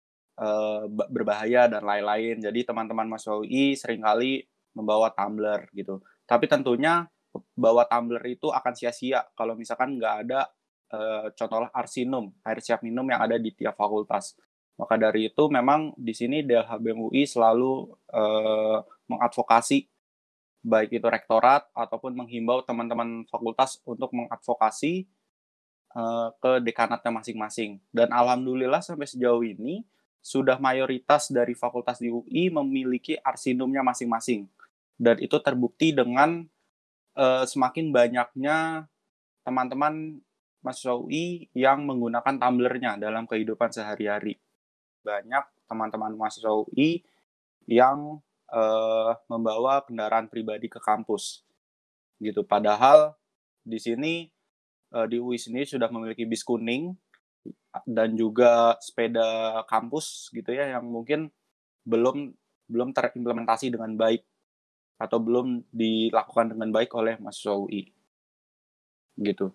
berbahaya dan lain-lain. Jadi teman-teman mahasiswa UI seringkali membawa tumbler gitu. Tapi tentunya bawa tumbler itu akan sia-sia kalau misalkan nggak ada contohnya Arsinum, air siap minum yang ada di tiap fakultas. Maka dari itu memang di sini DLH UI selalu mengadvokasi baik itu rektorat ataupun menghimbau teman-teman fakultas untuk mengadvokasi ke dekanatnya masing-masing. Dan alhamdulillah sampai sejauh ini sudah mayoritas dari fakultas di UI memiliki arsinumnya masing-masing. Dan itu terbukti dengan semakin banyaknya teman-teman mahasiswa UI yang menggunakan tumblernya dalam kehidupan sehari-hari. Banyak teman-teman mahasiswa UI yang membawa kendaraan pribadi ke kampus gitu. Padahal di sini di UI sendiri sudah memiliki bis kuning dan juga sepeda kampus gitu ya, yang mungkin belum terimplementasi dengan baik atau belum dilakukan dengan baik oleh mahasiswa UI gitu.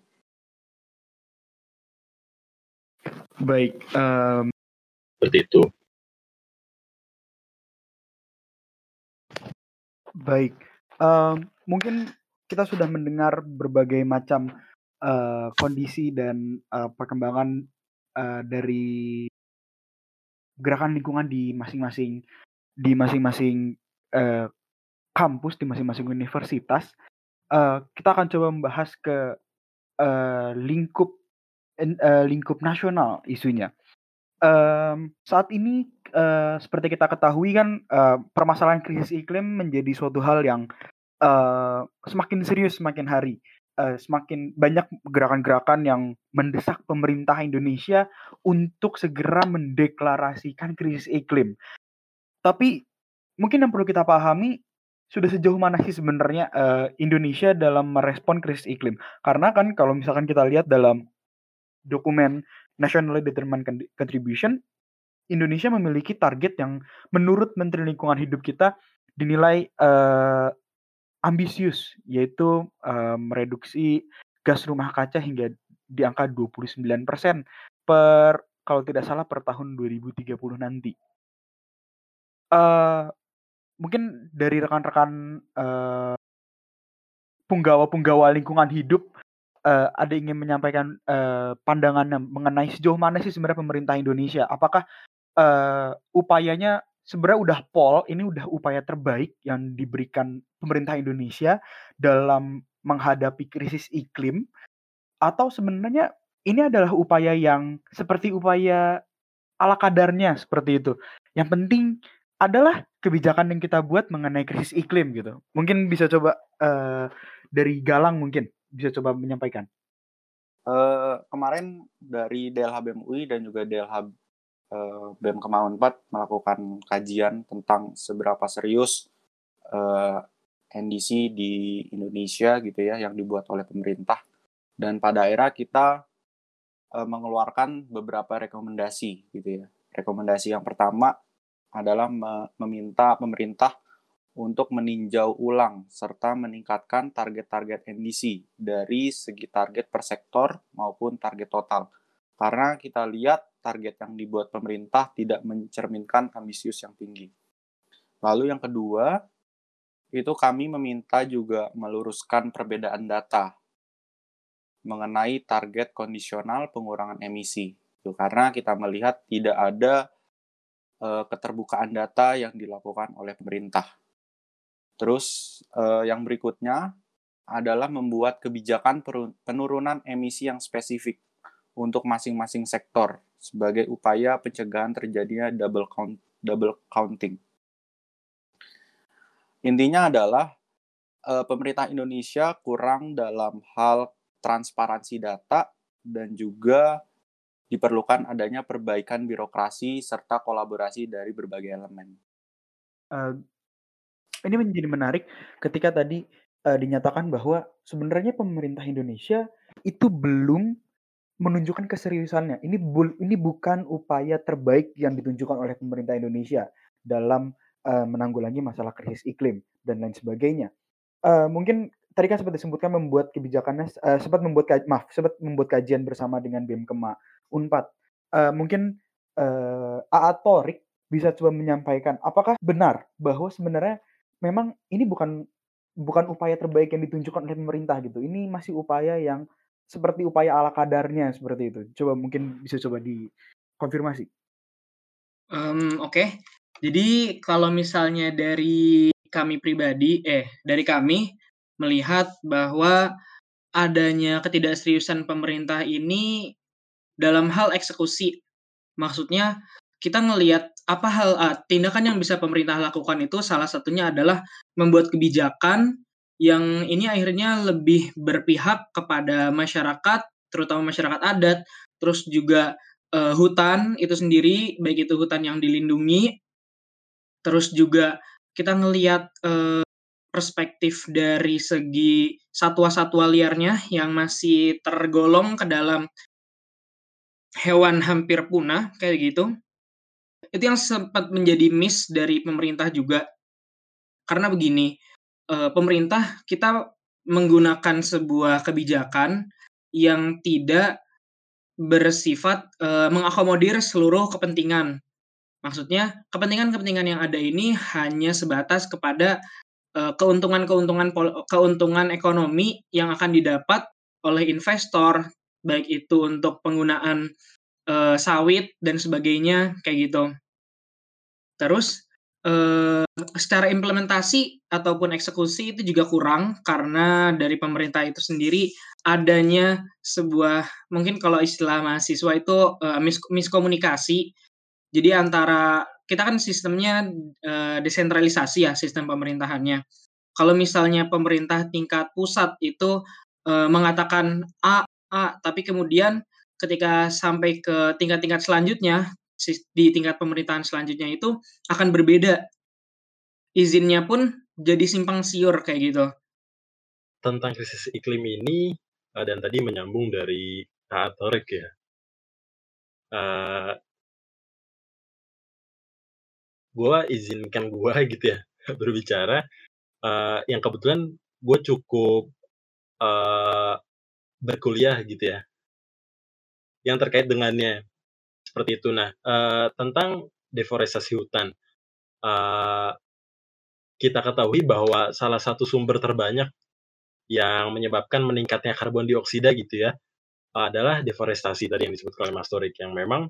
Baik, Seperti itu. baik. Mungkin kita sudah mendengar berbagai macam kondisi dan perkembangan dari gerakan lingkungan di masing-masing kampus, di masing-masing universitas. Kita akan coba membahas ke lingkup lingkup nasional isunya. Saat ini seperti kita ketahui kan permasalahan krisis iklim menjadi suatu hal yang semakin serius semakin hari. Semakin banyak gerakan-gerakan yang mendesak pemerintah Indonesia untuk segera mendeklarasikan krisis iklim. Tapi mungkin yang perlu kita pahami, sudah sejauh mana sih sebenarnya Indonesia dalam merespon krisis iklim? Karena kan kalau misalkan kita lihat dalam dokumen Nationally Determined Contribution, Indonesia memiliki target yang menurut Menteri Lingkungan Hidup kita dinilai ambisius, yaitu mereduksi gas rumah kaca hingga di angka 29% kalau tidak salah per tahun 2030 nanti. Mungkin dari rekan-rekan punggawa lingkungan hidup ada ingin menyampaikan pandangannya mengenai sejauh mana sih sebenarnya pemerintah Indonesia? Apakah upayanya sebenarnya ini udah upaya terbaik yang diberikan pemerintah Indonesia dalam menghadapi krisis iklim, atau sebenarnya ini adalah upaya yang seperti upaya ala kadarnya seperti itu. Yang penting adalah kebijakan yang kita buat mengenai krisis iklim gitu. Mungkin bisa coba dari Galang mungkin bisa coba menyampaikan. Kemarin dari DLH BEM UI dan juga DLH BEM Kemah Unpad melakukan kajian tentang seberapa serius NDC di Indonesia gitu ya yang dibuat oleh pemerintah, dan pada akhirnya kita mengeluarkan beberapa rekomendasi gitu ya. Rekomendasi yang pertama adalah meminta pemerintah untuk meninjau ulang serta meningkatkan target-target NDC dari segi target per sektor maupun target total. Karena kita lihat target yang dibuat pemerintah tidak mencerminkan ambisius yang tinggi. Lalu yang kedua, itu kami meminta juga meluruskan perbedaan data mengenai target kondisional pengurangan emisi. Karena kita melihat tidak ada keterbukaan data yang dilakukan oleh pemerintah. Terus yang berikutnya adalah membuat kebijakan penurunan emisi yang spesifik untuk masing-masing sektor sebagai upaya pencegahan terjadinya double counting. Intinya adalah pemerintah Indonesia kurang dalam hal transparansi data dan juga diperlukan adanya perbaikan birokrasi serta kolaborasi dari berbagai elemen. Ini menjadi menarik ketika tadi dinyatakan bahwa sebenarnya pemerintah Indonesia itu belum menunjukkan keseriusannya. Ini bukan upaya terbaik yang ditunjukkan oleh pemerintah Indonesia dalam menanggulangi masalah krisis iklim dan lain sebagainya. Mungkin tadi kan sempat disebutkan membuat kebijakannya sempat membuat kajian bersama dengan BEM Kemah Unpad. Mungkin AA Torik bisa coba menyampaikan apakah benar bahwa sebenarnya memang ini bukan upaya terbaik yang ditunjukkan oleh pemerintah gitu. Ini masih upaya yang seperti upaya ala kadarnya seperti itu. Coba mungkin bisa coba dikonfirmasi. Oke. Jadi kalau misalnya dari kami pribadi, dari kami melihat bahwa adanya ketidakseriusan pemerintah ini dalam hal eksekusi. Maksudnya kita ngelihat tindakan yang bisa pemerintah lakukan itu salah satunya adalah membuat kebijakan yang ini akhirnya lebih berpihak kepada masyarakat, terutama masyarakat adat, terus juga hutan itu sendiri, baik itu hutan yang dilindungi, terus juga kita ngelihat perspektif dari segi satwa-satwa liarnya yang masih tergolong ke dalam hewan hampir punah, kayak gitu. Itu yang sempat menjadi miss dari pemerintah juga. Karena begini, pemerintah kita menggunakan sebuah kebijakan yang tidak bersifat mengakomodir seluruh kepentingan. Maksudnya, kepentingan-kepentingan yang ada ini hanya sebatas kepada keuntungan ekonomi yang akan didapat oleh investor, baik itu untuk penggunaan sawit dan sebagainya, kayak gitu. Terus secara implementasi ataupun eksekusi itu juga kurang karena dari pemerintah itu sendiri adanya sebuah, mungkin kalau istilah mahasiswa itu miskomunikasi. Jadi antara kita kan sistemnya desentralisasi ya sistem pemerintahannya. Kalau misalnya pemerintah tingkat pusat itu mengatakan A, tapi kemudian ketika sampai ke tingkat-tingkat selanjutnya di tingkat pemerintahan selanjutnya itu akan berbeda. Izinnya pun jadi simpang siur kayak gitu. Tentang krisis iklim ini, dan tadi menyambung dari Kak Atorik ya, gue izinkan gue gitu ya berbicara, yang kebetulan gue cukup berkuliah gitu ya, yang terkait dengannya seperti itu. Nah, tentang deforestasi hutan, kita ketahui bahwa salah satu sumber terbanyak yang menyebabkan meningkatnya karbon dioksida gitu ya, adalah deforestasi tadi yang disebutkan oleh Mas Torik, yang memang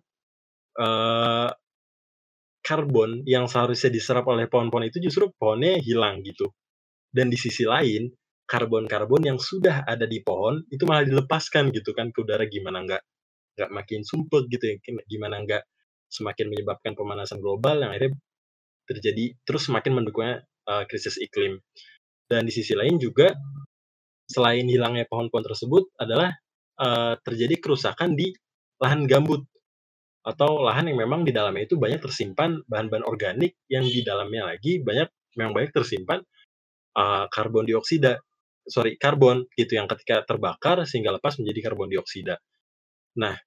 karbon yang seharusnya diserap oleh pohon-pohon itu justru pohonnya hilang gitu. Dan di sisi lain, karbon-karbon yang sudah ada di pohon itu malah dilepaskan gitu kan ke udara, gimana nggak makin sumpek gitu ya, gimana nggak semakin menyebabkan pemanasan global yang akhirnya terjadi terus semakin mendukungnya krisis iklim. Dan di sisi lain juga selain hilangnya pohon-pohon tersebut adalah terjadi kerusakan di lahan gambut atau lahan yang memang di dalamnya itu banyak tersimpan bahan-bahan organik yang di dalamnya lagi memang banyak tersimpan karbon gitu yang ketika terbakar sehingga lepas menjadi karbon dioksida. Nah,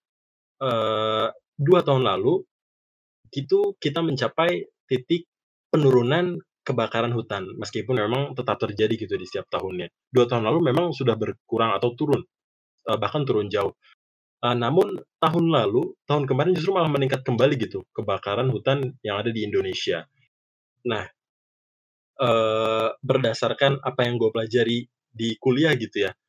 2 tahun lalu itu kita mencapai titik penurunan kebakaran hutan, meskipun memang tetap terjadi gitu di setiap tahunnya. 2 tahun lalu memang sudah berkurang atau turun, bahkan turun jauh. Namun tahun kemarin justru malah meningkat kembali gitu, kebakaran hutan yang ada di Indonesia. Nah, berdasarkan apa yang gue pelajari di kuliah gitu ya,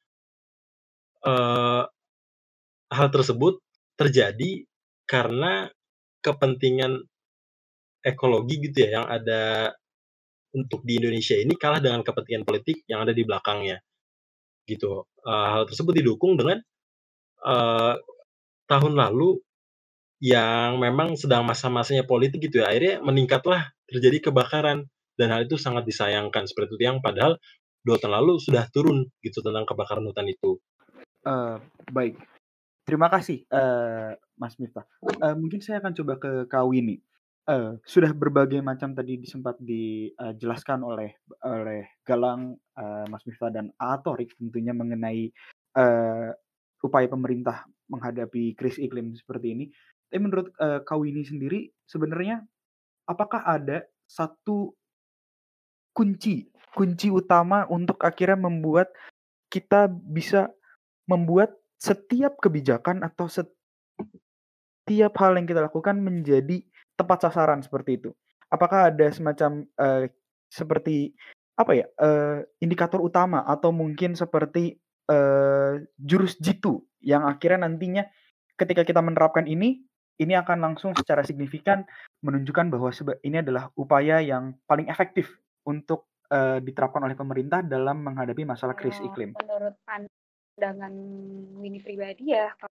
hal tersebut terjadi karena kepentingan ekologi gitu ya, yang ada untuk di Indonesia ini kalah dengan kepentingan politik yang ada di belakangnya, gitu. Hal tersebut didukung dengan, eee, tahun lalu yang memang sedang masa-masanya politik gitu ya, akhirnya meningkatlah terjadi kebakaran, dan hal itu sangat disayangkan seperti itu, yang padahal 2 tahun lalu sudah turun gitu tentang kebakaran hutan itu. Baik, terima kasih, Mas Miftah. Mungkin saya akan coba ke Kak Winnie. Sudah berbagai macam tadi sempat dijelaskan oleh Galang, Mas Miftah dan Atorik tentunya mengenai upaya pemerintah menghadapi krisis iklim seperti ini. Tapi menurut Kak Winnie sendiri, sebenarnya apakah ada satu kunci utama untuk akhirnya membuat kita bisa membuat setiap kebijakan atau setiap hal yang kita lakukan menjadi tepat sasaran seperti itu? Apakah ada semacam, seperti apa ya, indikator utama atau mungkin seperti, jurus jitu yang akhirnya nantinya ketika kita menerapkan ini akan langsung secara signifikan menunjukkan bahwa ini adalah upaya yang paling efektif untuk, diterapkan oleh pemerintah dalam menghadapi masalah krisis iklim? Menurut pandangan Winnie pribadi ya, kalau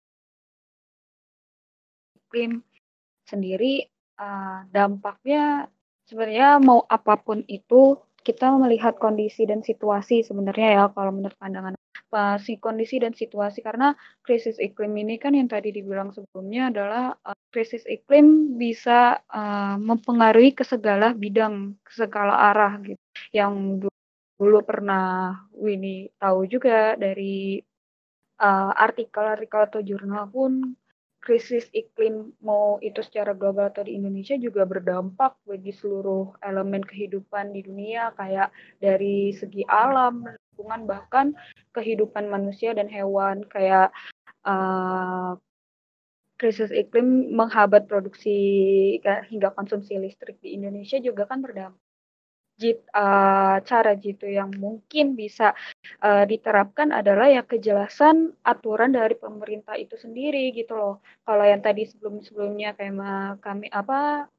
iklim sendiri dampaknya sebenarnya mau apapun itu kita melihat kondisi dan situasi sebenarnya ya kalau menurut pandangan si kondisi dan situasi, karena krisis iklim ini kan yang tadi dibilang sebelumnya adalah krisis iklim bisa mempengaruhi ke segala bidang, ke segala arah gitu. Yang dulu pernah Winnie tahu juga dari artikel-artikel atau jurnal pun, krisis iklim mau itu secara global atau di Indonesia juga berdampak bagi seluruh elemen kehidupan di dunia, kayak dari segi alam, lingkungan, bahkan kehidupan manusia dan hewan, kayak krisis iklim menghambat produksi hingga konsumsi listrik di Indonesia juga kan berdampak. Cara jitu yang mungkin bisa diterapkan adalah ya kejelasan aturan dari pemerintah itu sendiri gitu loh. Kalau yang tadi sebelum-sebelumnya kayak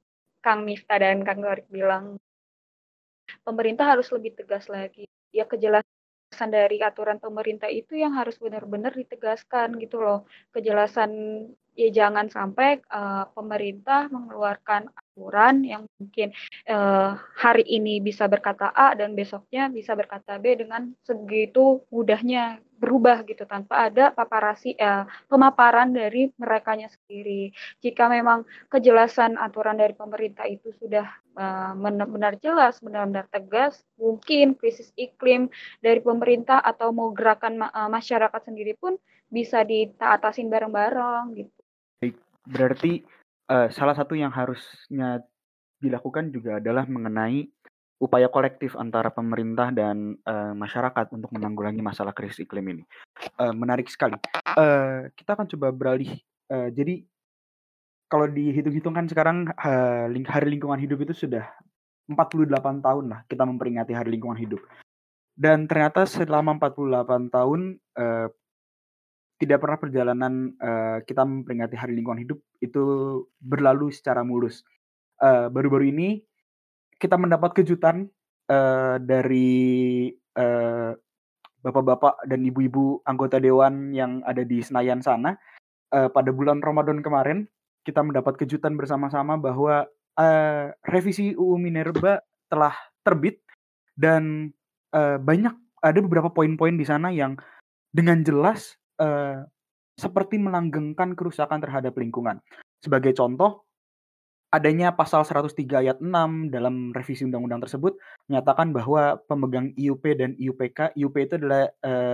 Kang Miftah dan Kang Torik bilang, pemerintah harus lebih tegas lagi. Ya kejelasan dari aturan pemerintah itu yang harus benar-benar ditegaskan gitu loh. Kejelasan ya jangan sampai pemerintah mengeluarkan aturan yang mungkin hari ini bisa berkata A dan besoknya bisa berkata B dengan segitu mudahnya berubah gitu tanpa ada pemaparan dari merekanya sendiri. Jika memang kejelasan aturan dari pemerintah itu sudah benar-benar jelas, benar-benar tegas, mungkin krisis iklim dari pemerintah atau mau gerakan masyarakat sendiri pun bisa ditaatasin bareng-bareng gitu. Berarti salah satu yang harusnya dilakukan juga adalah mengenai upaya kolektif antara pemerintah dan masyarakat untuk menanggulangi masalah krisis iklim ini. Menarik sekali. Kita akan coba beralih. Jadi kalau dihitung-hitung kan sekarang Hari Lingkungan Hidup itu sudah 48 tahun lah kita memperingati Hari Lingkungan Hidup. Dan ternyata selama 48 tahun tidak pernah perjalanan kita memperingati Hari Lingkungan Hidup itu berlalu secara mulus. Baru-baru ini kita mendapat kejutan dari bapak-bapak dan ibu-ibu anggota dewan yang ada di Senayan sana. Pada bulan Ramadan kemarin kita mendapat kejutan bersama-sama bahwa revisi UU Minerba telah terbit dan ada beberapa poin-poin di sana yang dengan jelas seperti melanggengkan kerusakan terhadap lingkungan. Sebagai contoh, adanya pasal 103 ayat 6 dalam revisi undang-undang tersebut menyatakan bahwa pemegang IUP dan IUPK, IUP itu adalah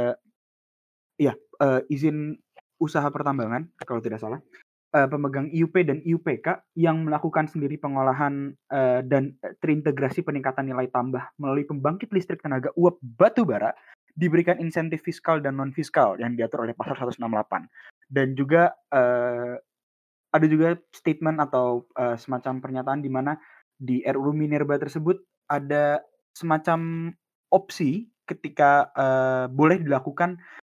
izin usaha pertambangan kalau tidak salah, pemegang IUP dan IUPK yang melakukan sendiri pengolahan dan terintegrasi peningkatan nilai tambah melalui pembangkit listrik tenaga uap batu bara diberikan insentif fiskal dan non fiskal yang diatur oleh pasal 168. Dan juga ada juga statement atau semacam pernyataan di mana di RUU Minerba tersebut ada semacam opsi ketika boleh dilakukan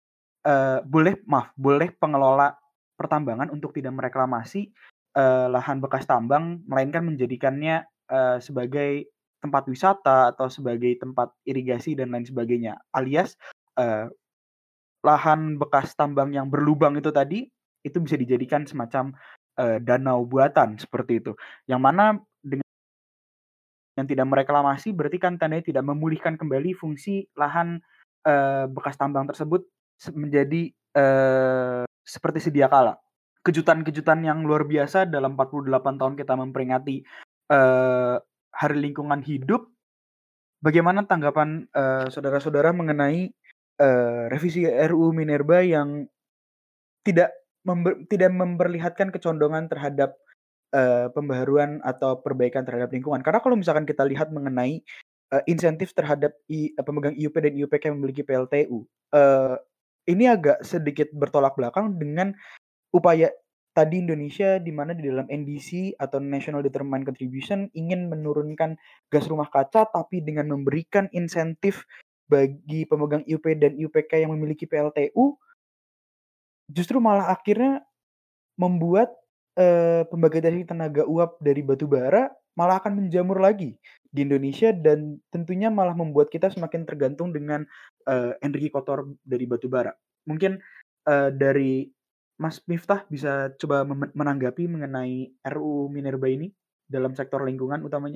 boleh pengelola pertambangan untuk tidak mereklamasi lahan bekas tambang, melainkan menjadikannya sebagai tempat wisata atau sebagai tempat irigasi dan lain sebagainya. Alias lahan bekas tambang yang berlubang itu tadi itu bisa dijadikan semacam danau buatan seperti itu. Yang mana dengan yang tidak mereklamasi berarti kan tandanya tidak memulihkan kembali fungsi lahan bekas tambang tersebut menjadi seperti sedia kala. Kejutan-kejutan yang luar biasa dalam 48 tahun kita memperingati Hari Lingkungan Hidup. Bagaimana tanggapan saudara-saudara mengenai revisi RUU Minerba yang tidak memperlihatkan kecondongan terhadap pembaharuan atau perbaikan terhadap lingkungan? Karena kalau misalkan kita lihat mengenai insentif terhadap pemegang IUP dan IUPK yang memiliki PLTU, ini agak sedikit bertolak belakang dengan upaya tadi Indonesia di mana di dalam NDC atau National Determined Contribution ingin menurunkan gas rumah kaca tapi dengan memberikan insentif bagi pemegang IUP dan IUPK yang memiliki PLTU justru malah akhirnya membuat pembangkit tenaga uap dari batu bara malah akan menjamur lagi di Indonesia dan tentunya malah membuat kita semakin tergantung dengan energi kotor dari batu bara. Mungkin dari Mas Miftah bisa coba menanggapi mengenai RUU Minerba ini dalam sektor lingkungan utamanya.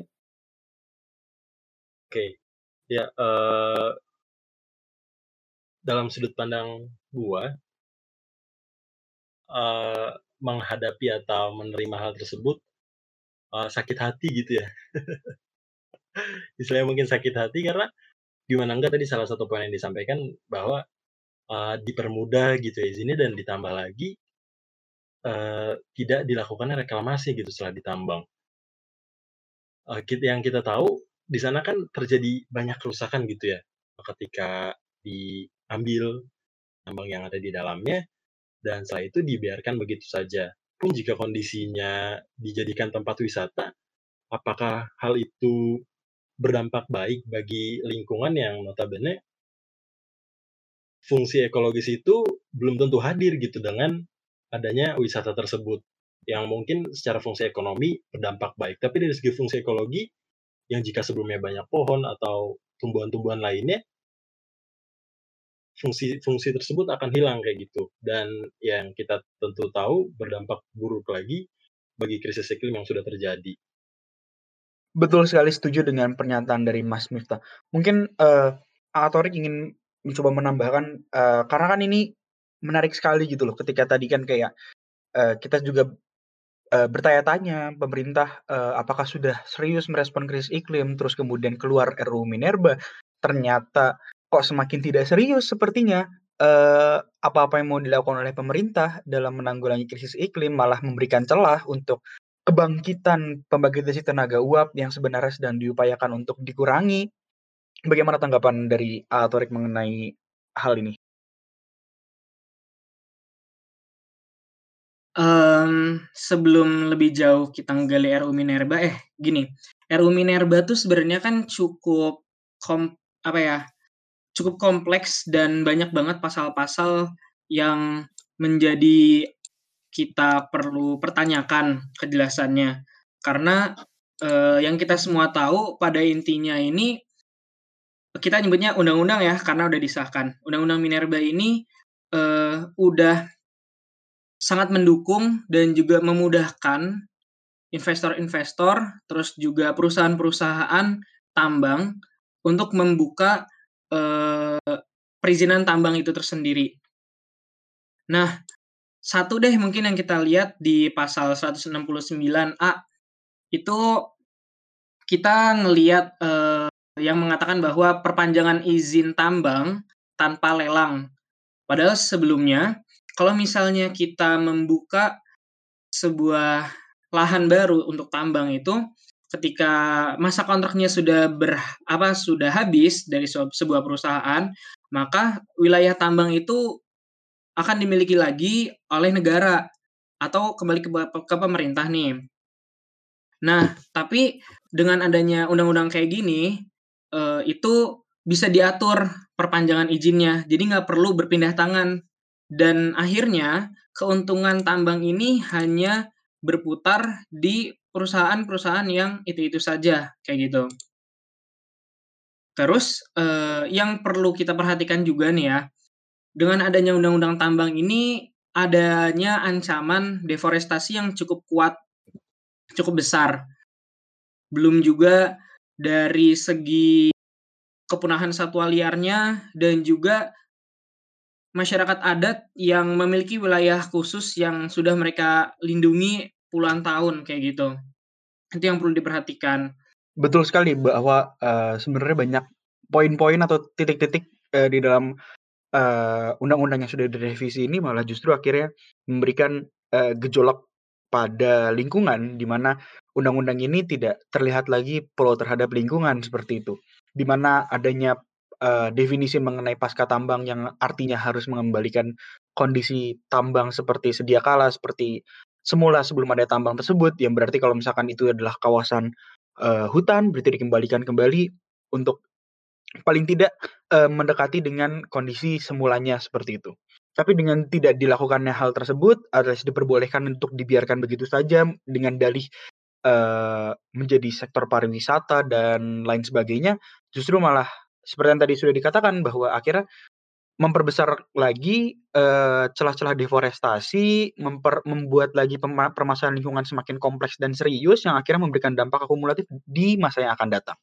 Oke, ya dalam sudut pandang gua menghadapi atau menerima hal tersebut sakit hati gitu ya. Istilahnya mungkin sakit hati karena gimana enggak tadi salah satu poin yang disampaikan bahwa dipermudah gitu ya izinnya dan ditambah lagi tidak dilakukannya reklamasi gitu setelah ditambang. Yang kita tahu di sana kan terjadi banyak kerusakan gitu ya ketika diambil tambang yang ada di dalamnya dan setelah itu dibiarkan begitu saja. Pun jika kondisinya dijadikan tempat wisata, apakah hal itu berdampak baik bagi lingkungan yang notabene fungsi ekologis itu belum tentu hadir gitu dengan adanya wisata tersebut. yang mungkin secara fungsi ekonomi berdampak baik. Tapi dari segi fungsi ekologi, yang jika sebelumnya banyak pohon atau tumbuhan-tumbuhan lainnya, fungsi tersebut akan hilang kayak gitu. Dan yang kita tentu tahu berdampak buruk lagi bagi krisis iklim yang sudah terjadi. Betul sekali, setuju dengan pernyataan dari Mas Miftah. Mungkin Atorik ingin mencoba menambahkan, karena kan ini menarik sekali gitu loh, ketika tadi kan kayak kita juga bertanya-tanya pemerintah apakah sudah serius merespon krisis iklim, terus kemudian keluar RUU Minerba, ternyata kok semakin tidak serius sepertinya. Apa-apa yang mau dilakukan oleh pemerintah dalam menanggulangi krisis iklim malah memberikan celah untuk kebangkitan pembangkit listrik tenaga uap yang sebenarnya sedang diupayakan untuk dikurangi. Bagaimana tanggapan dari Torik mengenai hal ini? Sebelum lebih jauh kita nggali RUU Minerba, gini, RUU Minerba tuh sebenarnya kan cukup cukup kompleks dan banyak banget pasal-pasal yang menjadi kita perlu pertanyakan kejelasannya. Karena yang kita semua tahu pada intinya ini kita nyebutnya undang-undang ya karena udah disahkan. Undang-undang Minerba ini udah sangat mendukung dan juga memudahkan investor-investor, terus juga perusahaan-perusahaan tambang untuk membuka perizinan tambang itu tersendiri. Nah, satu deh mungkin yang kita lihat di pasal 169A itu kita ngelihat yang mengatakan bahwa perpanjangan izin tambang tanpa lelang. Padahal sebelumnya kalau misalnya kita membuka sebuah lahan baru untuk tambang itu ketika masa kontraknya sudah habis dari sebuah perusahaan, maka wilayah tambang itu akan dimiliki lagi oleh negara atau kembali ke pemerintah nih. Nah, tapi dengan adanya undang-undang kayak gini, itu bisa diatur perpanjangan izinnya, jadi nggak perlu berpindah tangan. Dan akhirnya keuntungan tambang ini hanya berputar di perusahaan-perusahaan yang itu-itu saja, kayak gitu. Terus, yang perlu kita perhatikan juga nih ya, dengan adanya undang-undang tambang ini, adanya ancaman deforestasi yang cukup kuat, cukup besar. Belum juga dari segi kepunahan satwa liarnya dan juga masyarakat adat yang memiliki wilayah khusus yang sudah mereka lindungi puluhan tahun, kayak gitu. Itu yang perlu diperhatikan. Betul sekali bahwa sebenarnya banyak poin-poin atau titik-titik di dalam undang-undang yang sudah direvisi ini malah justru akhirnya memberikan gejolak pada lingkungan, di mana undang-undang ini tidak terlihat lagi pro terhadap lingkungan seperti itu. Di mana adanya definisi mengenai pasca tambang yang artinya harus mengembalikan kondisi tambang seperti sedia kala, seperti semula sebelum ada tambang tersebut, yang berarti kalau misalkan itu adalah kawasan hutan, berarti dikembalikan kembali untuk paling tidak mendekati dengan kondisi semulanya seperti itu. Tapi dengan tidak dilakukannya hal tersebut, alias diperbolehkan untuk dibiarkan begitu saja dengan dalih menjadi sektor pariwisata dan lain sebagainya, justru malah seperti yang tadi sudah dikatakan bahwa akhirnya memperbesar lagi celah-celah deforestasi, membuat lagi permasalahan lingkungan semakin kompleks dan serius yang akhirnya memberikan dampak akumulatif di masa yang akan datang.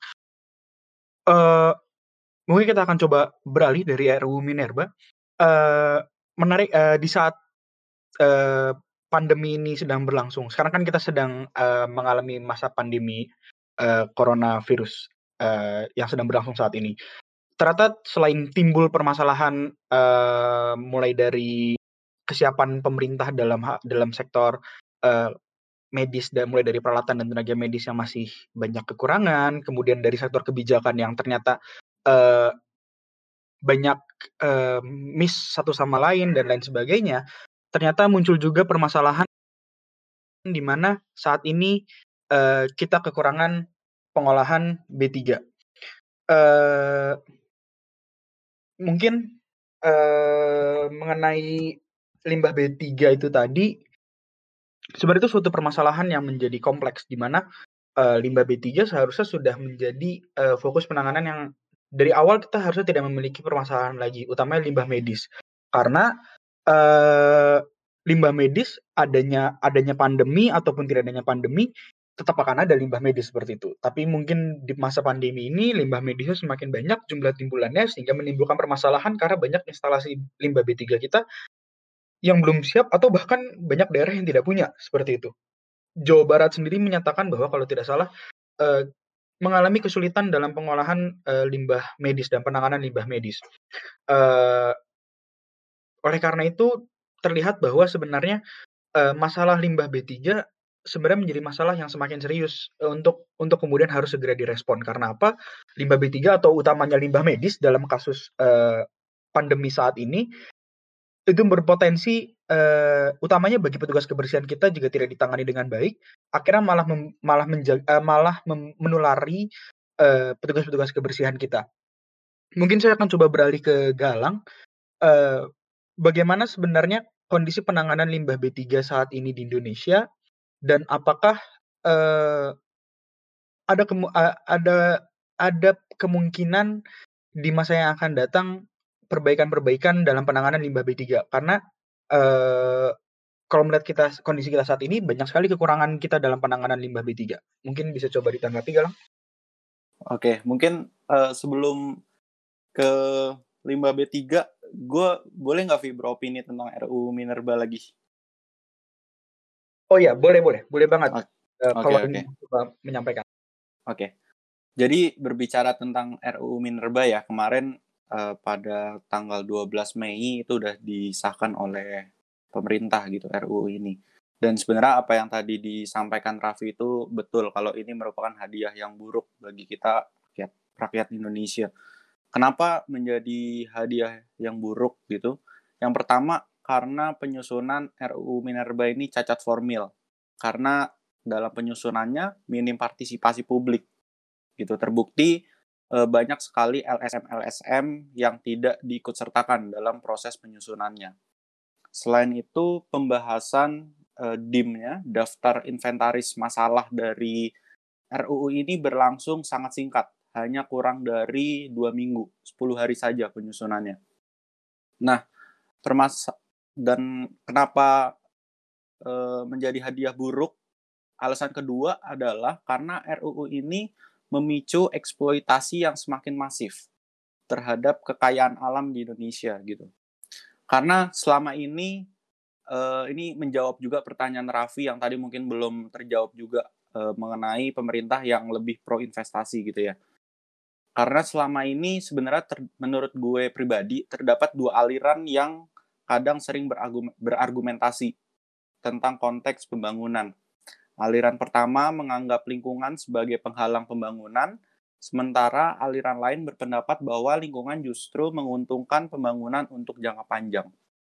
Mungkin kita akan coba beralih dari RUU Minerba. Menarik di saat pandemi ini sedang berlangsung. Sekarang kan kita sedang mengalami masa pandemi coronavirus yang sedang berlangsung saat ini. Ternyata selain timbul permasalahan mulai dari kesiapan pemerintah dalam sektor medis, dan mulai dari peralatan dan tenaga medis yang masih banyak kekurangan, kemudian dari sektor kebijakan yang ternyata banyak miss satu sama lain dan lain sebagainya, ternyata muncul juga permasalahan di mana saat ini kita kekurangan pengolahan B3. Mungkin mengenai limbah B3 itu tadi, sebenarnya itu suatu permasalahan yang menjadi kompleks, di mana limbah B3 seharusnya sudah menjadi fokus penanganan yang dari awal kita harusnya tidak memiliki permasalahan lagi, utamanya limbah medis. Karena limbah medis adanya pandemi ataupun tidak adanya pandemi, tetap akan ada limbah medis seperti itu. Tapi mungkin di masa pandemi ini limbah medisnya semakin banyak jumlah timbulannya, sehingga menimbulkan permasalahan karena banyak instalasi limbah B3 kita yang belum siap atau bahkan banyak daerah yang tidak punya, seperti itu. Jawa Barat sendiri menyatakan bahwa kalau tidak salah mengalami kesulitan dalam pengolahan limbah medis dan penanganan limbah medis. Oleh karena itu terlihat bahwa sebenarnya masalah limbah B3 sebenarnya menjadi masalah yang semakin serius untuk kemudian harus segera direspon. Karena apa? Limbah B3 atau utamanya limbah medis dalam kasus pandemi saat ini itu berpotensi utamanya bagi petugas kebersihan kita jika tidak ditangani dengan baik, akhirnya malah menulari petugas-petugas kebersihan kita. Mungkin saya akan coba beralih ke Galang. Bagaimana sebenarnya kondisi penanganan limbah B3 saat ini di Indonesia, dan apakah ada kemungkinan di masa yang akan datang perbaikan-perbaikan dalam penanganan limbah B3? Karena kalau melihat kondisi kita saat ini, banyak sekali kekurangan kita dalam penanganan limbah B3. Mungkin bisa coba ditanggapi, Galang? Oke, mungkin sebelum ke limbah B3, gue boleh nggak Vi beropini tentang RUU Minerba lagi? Oh ya, boleh banget. Kalau Oke. ingin coba menyampaikan. Oke. Jadi berbicara tentang RUU Minerba ya, kemarin pada tanggal 12 Mei itu udah disahkan oleh pemerintah gitu RUU ini. Dan sebenarnya apa yang tadi disampaikan Raffi itu betul, kalau ini merupakan hadiah yang buruk bagi kita rakyat Indonesia. Kenapa menjadi hadiah yang buruk gitu? Yang pertama, karena penyusunan RUU Minerba ini cacat formil. Karena dalam penyusunannya minim partisipasi publik. Gitu. Terbukti banyak sekali LSM yang tidak diikutsertakan dalam proses penyusunannya. Selain itu, pembahasan DIM-nya, Daftar Inventaris Masalah dari RUU ini berlangsung sangat singkat, hanya kurang dari 2 minggu, 10 hari saja penyusunannya. Nah, dan kenapa menjadi hadiah buruk? Alasan kedua adalah karena RUU ini memicu eksploitasi yang semakin masif terhadap kekayaan alam di Indonesia gitu. Karena selama ini menjawab juga pertanyaan Raffi yang tadi mungkin belum terjawab juga mengenai pemerintah yang lebih pro investasi gitu ya. Karena selama ini sebenarnya menurut gue pribadi terdapat dua aliran yang kadang sering berargumentasi tentang konteks pembangunan. Aliran pertama menganggap lingkungan sebagai penghalang pembangunan, sementara aliran lain berpendapat bahwa lingkungan justru menguntungkan pembangunan untuk jangka panjang.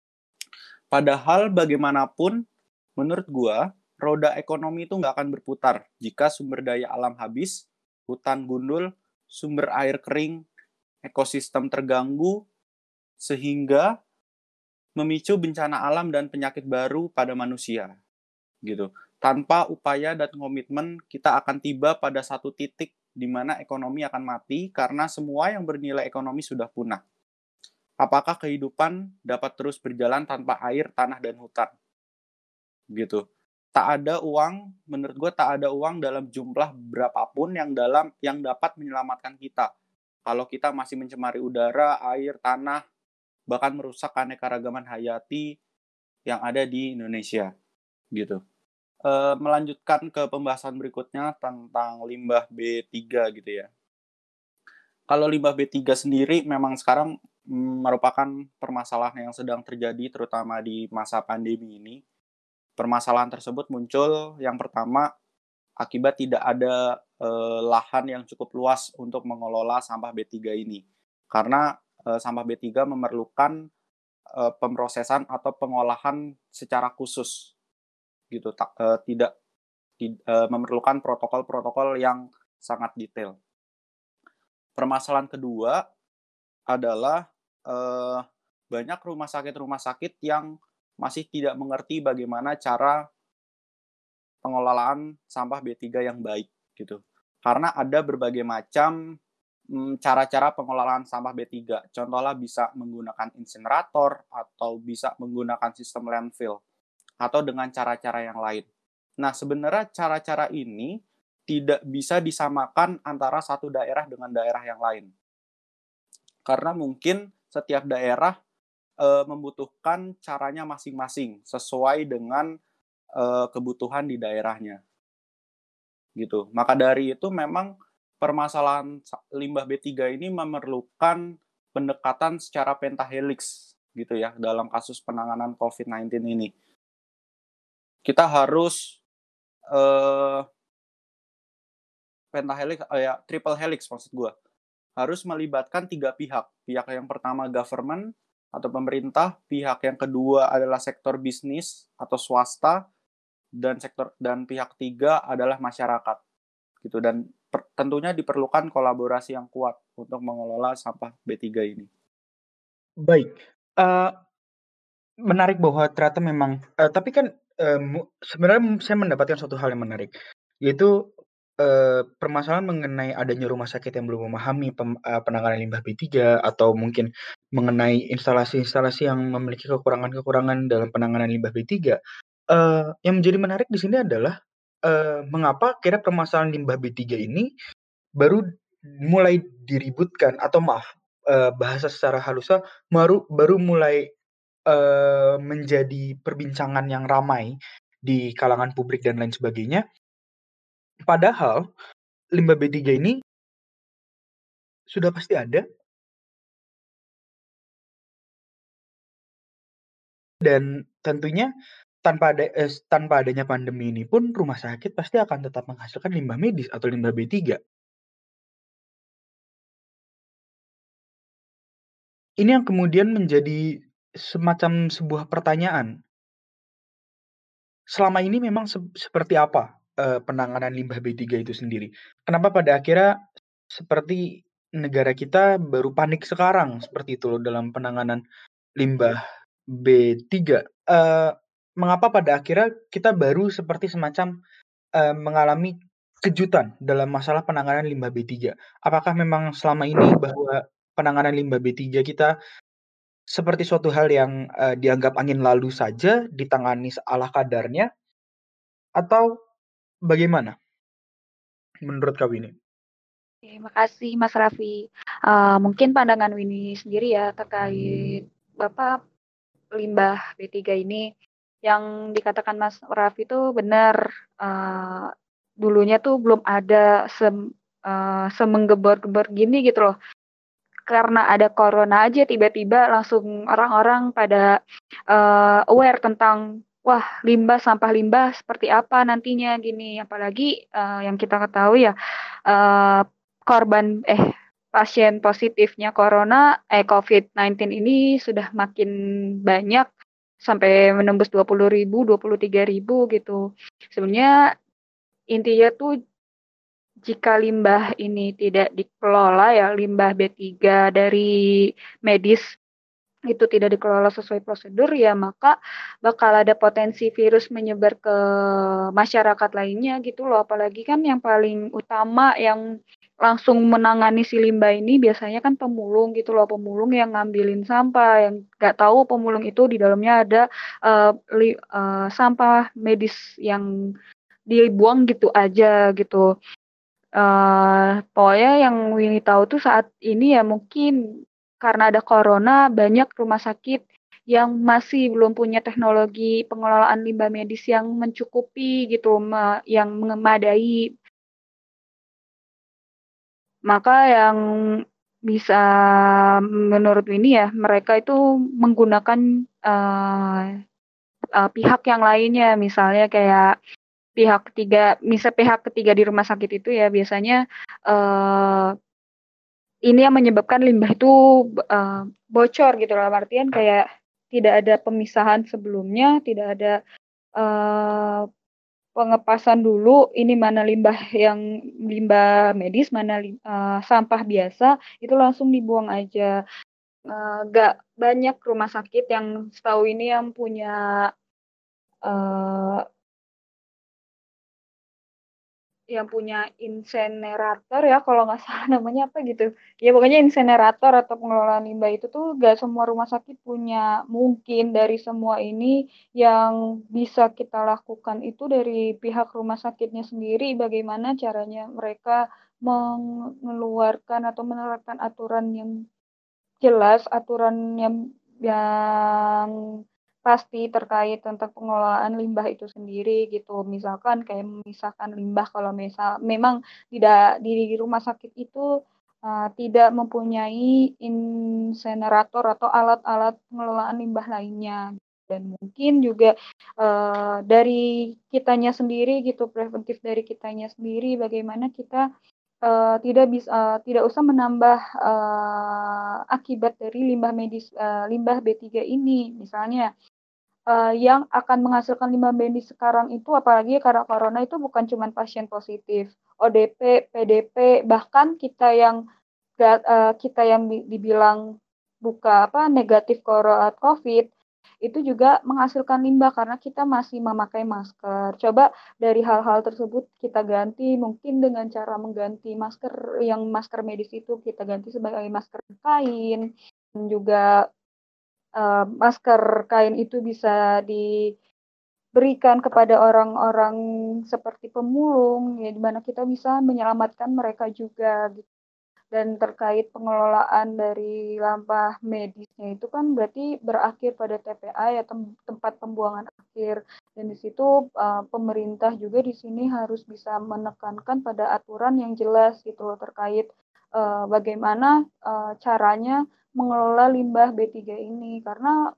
Padahal bagaimanapun, menurut gua, roda ekonomi itu nggak akan berputar jika sumber daya alam habis, hutan gundul, sumber air kering, ekosistem terganggu, sehingga memicu bencana alam dan penyakit baru pada manusia. Gitu. Tanpa upaya dan komitmen, kita akan tiba pada satu titik di mana ekonomi akan mati karena semua yang bernilai ekonomi sudah punah. Apakah kehidupan dapat terus berjalan tanpa air, tanah, dan hutan? Gitu. Tak ada uang, menurut gue tak ada uang dalam jumlah berapapun yang dapat menyelamatkan kita. Kalau kita masih mencemari udara, air, tanah, bahkan merusak keanekaragaman hayati yang ada di Indonesia. Gitu. Melanjutkan ke pembahasan berikutnya tentang limbah B3 gitu ya. Kalau limbah B3 sendiri memang sekarang merupakan permasalahan yang sedang terjadi terutama di masa pandemi ini. Permasalahan tersebut muncul yang pertama akibat tidak ada lahan yang cukup luas untuk mengelola sampah B3 ini. Karena sampah B3 memerlukan pemrosesan atau pengolahan secara khusus. Gitu, tidak memerlukan protokol-protokol yang sangat detail. Permasalahan kedua adalah banyak rumah sakit yang masih tidak mengerti bagaimana cara pengelolaan sampah B3 yang baik gitu. Karena ada berbagai macam cara-cara pengelolaan sampah B3. Contohnya bisa menggunakan insinerator atau bisa menggunakan sistem landfill atau dengan cara-cara yang lain. Nah, sebenarnya cara-cara ini tidak bisa disamakan antara satu daerah dengan daerah yang lain. Karena mungkin setiap daerah membutuhkan caranya masing-masing sesuai dengan kebutuhan di daerahnya. Gitu. Maka dari itu memang permasalahan limbah B3 ini memerlukan pendekatan secara pentahelix gitu ya dalam kasus penanganan COVID-19 ini. Kita harus pentahelix ya triple helix maksud gua. Harus melibatkan 3 pihak. Pihak yang pertama government atau pemerintah, pihak yang kedua adalah sektor bisnis atau swasta dan pihak ketiga adalah masyarakat. Gitu dan tentunya diperlukan kolaborasi yang kuat untuk mengelola sampah B3 ini. Baik, menarik bahwa ternyata memang tapi kan sebenarnya saya mendapatkan suatu hal yang menarik, yaitu permasalahan mengenai adanya rumah sakit yang belum memahami penanganan limbah B3 atau mungkin mengenai instalasi-instalasi yang memiliki kekurangan-kekurangan dalam penanganan limbah B3. Yang menjadi menarik di sini adalah mengapa akhirnya permasalahan limbah B3 ini baru mulai diributkan atau bahasa secara halusnya baru mulai menjadi perbincangan yang ramai di kalangan publik dan lain sebagainya. Padahal limbah B3 ini sudah pasti ada dan tentunya tanpa adanya pandemi ini pun rumah sakit pasti akan tetap menghasilkan limbah medis atau limbah B3. Ini yang kemudian menjadi semacam sebuah pertanyaan. Selama ini memang seperti apa penanganan limbah B3 itu sendiri? Kenapa pada akhirnya seperti negara kita baru panik sekarang seperti itu loh dalam penanganan limbah B3? Mengapa pada akhirnya kita baru seperti semacam mengalami kejutan dalam masalah penanganan limbah B3? Apakah memang selama ini bahwa penanganan limbah B3 kita seperti suatu hal yang dianggap angin lalu saja, ditangani ala kadarnya, atau bagaimana menurut kau ini? Terima kasih Mas Raffi. Mungkin pandangan Winnie sendiri ya terkait Bapak limbah B3 ini yang dikatakan Mas Raffi itu benar. Dulunya tuh belum ada semenggebor-gebor gini gitu loh. Karena ada corona aja tiba-tiba langsung orang-orang pada aware tentang wah sampah limbah seperti apa nantinya gini. Apalagi yang kita ketahui ya pasien positifnya COVID-19 ini sudah makin banyak sampai menembus 20.000, 23.000 gitu. Sebenarnya intinya tuh jika limbah ini tidak dikelola ya, limbah B3 dari medis itu tidak dikelola sesuai prosedur ya maka bakal ada potensi virus menyebar ke masyarakat lainnya gitu loh. Apalagi kan yang paling utama yang langsung menangani si limbah ini biasanya kan pemulung gitu loh, pemulung yang ngambilin sampah yang nggak tahu pemulung itu di dalamnya ada sampah medis yang dibuang gitu aja gitu. Pokoknya yang Winnie tahu tuh saat ini ya mungkin karena ada corona banyak rumah sakit yang masih belum punya teknologi pengelolaan limbah medis yang mencukupi gitu, yang memadai. Maka yang bisa menurut Winnie ya mereka itu menggunakan pihak yang lainnya, misalnya kayak pihak ketiga di rumah sakit itu ya biasanya ini yang menyebabkan limbah itu bocor gitu dalam artian kayak tidak ada pemisahan sebelumnya, tidak ada pengepasan dulu ini mana limbah medis, mana sampah biasa itu langsung dibuang aja. Gak banyak rumah sakit yang setahu ini yang punya yang punya insenerator ya kalau nggak salah namanya apa gitu. Ya pokoknya insenerator atau pengelolaan limbah itu tuh nggak semua rumah sakit punya. Mungkin dari semua ini yang bisa kita lakukan itu dari pihak rumah sakitnya sendiri, bagaimana caranya mereka mengeluarkan atau menerapkan aturan yang jelas, aturan yang pasti terkait tentang pengelolaan limbah itu sendiri gitu. Misalkan kayak memisahkan limbah kalau memang tidak di rumah sakit itu tidak mempunyai insenerator atau alat-alat pengelolaan limbah lainnya. Dan mungkin juga dari kitanya sendiri gitu, preventif dari kitanya sendiri, bagaimana kita tidak usah menambah akibat dari limbah B3 ini. Misalnya yang akan menghasilkan limbah medis sekarang itu, apalagi karena corona itu bukan cuma pasien positif, ODP, PDP, bahkan kita yang dibilang negatif COVID itu juga menghasilkan limbah karena kita masih memakai masker. Coba dari hal-hal tersebut kita ganti mungkin dengan cara mengganti masker medis itu kita ganti sebagai masker kain, dan juga masker kain itu bisa diberikan kepada orang-orang seperti pemulung, ya di mana kita bisa menyelamatkan mereka juga gitu. Dan terkait pengelolaan dari limbah medisnya itu kan berarti berakhir pada TPA ya, tempat pembuangan akhir. Dan di situ pemerintah juga di sini harus bisa menekankan pada aturan yang jelas gitu loh terkait bagaimana caranya mengelola limbah B3 ini, karena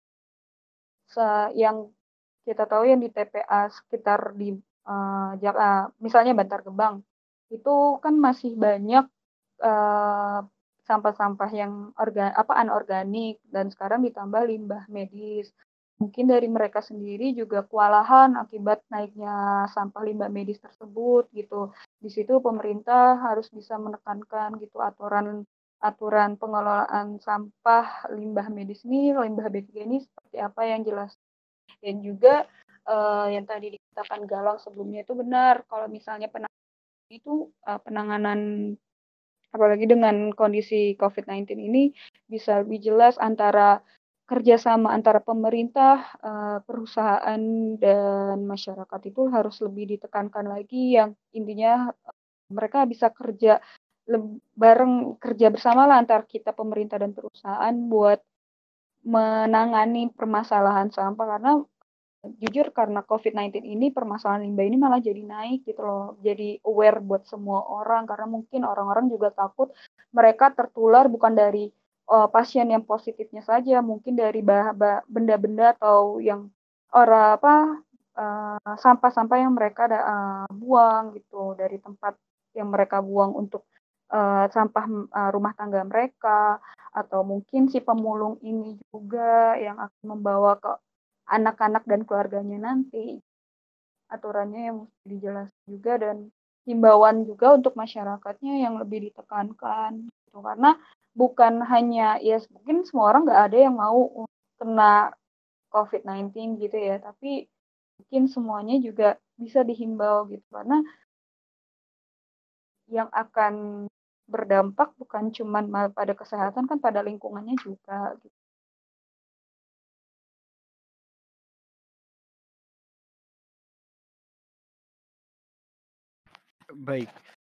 yang kita tahu yang di TPA sekitar di misalnya Bantar Gebang itu kan masih banyak sampah-sampah yang anorganik, dan sekarang ditambah limbah medis. Mungkin dari mereka sendiri juga kewalahan akibat naiknya sampah limbah medis tersebut gitu. Di situ pemerintah harus bisa menekankan gitu aturan pengelolaan sampah limbah medis ini, limbah B3 ini seperti apa yang jelas. Dan juga yang tadi dikatakan Galang sebelumnya itu benar, kalau misalnya penanganan apalagi dengan kondisi COVID-19 ini bisa lebih jelas antara kerjasama antara pemerintah, perusahaan, dan masyarakat itu harus lebih ditekankan lagi, yang intinya mereka bisa kerja bersama lah antar kita pemerintah dan perusahaan buat menangani permasalahan sampah, karena jujur karena COVID-19 ini permasalahan limbah ini malah jadi naik gitu loh. Jadi aware buat semua orang karena mungkin orang-orang juga takut mereka tertular bukan dari pasien yang positifnya saja, mungkin dari benda-benda atau yang sampah-sampah yang mereka buang gitu dari tempat yang mereka buang untuk sampah rumah tangga mereka, atau mungkin si pemulung ini juga yang akan membawa ke anak-anak dan keluarganya nanti. Aturannya yang mesti dijelaskan juga, dan himbauan juga untuk masyarakatnya yang lebih ditekankan gitu. Karena bukan hanya mungkin semua orang nggak ada yang mau kena COVID-19 gitu ya, tapi mungkin semuanya juga bisa dihimbau gitu, karena yang akan berdampak bukan cuma pada kesehatan kan, pada lingkungannya juga gitu. Baik.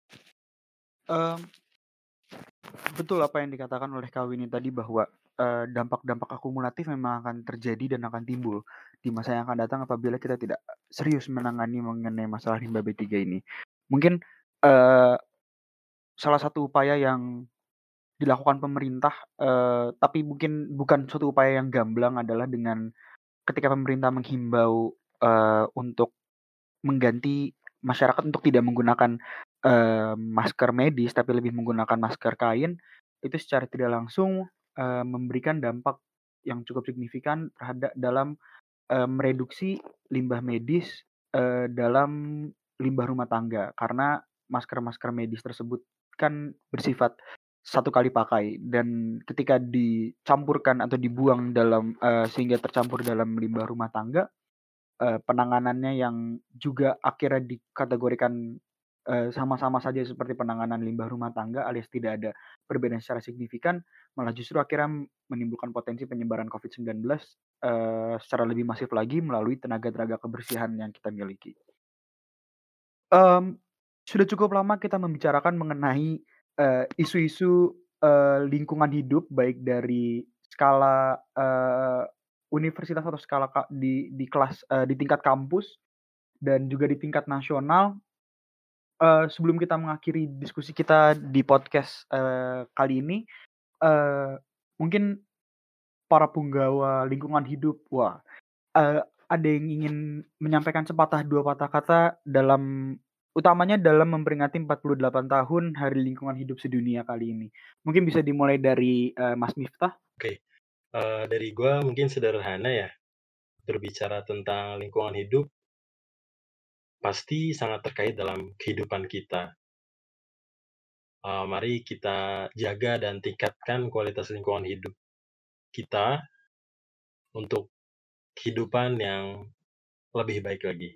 Betul apa yang dikatakan oleh Kak Winnie tadi bahwa dampak-dampak akumulatif memang akan terjadi dan akan timbul di masa yang akan datang apabila kita tidak serius menangani mengenai masalah limbah B3 ini. Mungkin salah satu upaya yang dilakukan pemerintah, tapi mungkin bukan suatu upaya yang gamblang, adalah dengan ketika pemerintah menghimbau untuk mengganti masyarakat untuk tidak menggunakan masker medis, tapi lebih menggunakan masker kain, itu secara tidak langsung memberikan dampak yang cukup signifikan dalam mereduksi limbah medis dalam limbah rumah tangga. Karena masker-masker medis tersebut kan bersifat satu kali pakai, dan ketika dicampurkan atau dibuang sehingga tercampur dalam limbah rumah tangga, penanganannya yang juga akhirnya dikategorikan sama-sama saja seperti penanganan limbah rumah tangga alias tidak ada perbedaan secara signifikan, malah justru akhirnya menimbulkan potensi penyebaran COVID-19 secara lebih masif lagi melalui tenaga-tenaga kebersihan yang kita miliki. Sudah cukup lama kita membicarakan mengenai isu-isu lingkungan hidup, baik dari skala universitas atau skala di kelas di tingkat kampus dan juga di tingkat nasional. Sebelum kita mengakhiri diskusi kita di podcast kali ini, mungkin para punggawa lingkungan hidup, ada yang ingin menyampaikan sepatah dua patah kata utamanya dalam memperingati 48 tahun Hari Lingkungan Hidup Sedunia kali ini. Mungkin bisa dimulai dari Mas Miftah. Oke, dari gue mungkin sederhana ya, berbicara tentang lingkungan hidup pasti sangat terkait dalam kehidupan kita. Mari kita jaga dan tingkatkan kualitas lingkungan hidup kita untuk kehidupan yang lebih baik lagi.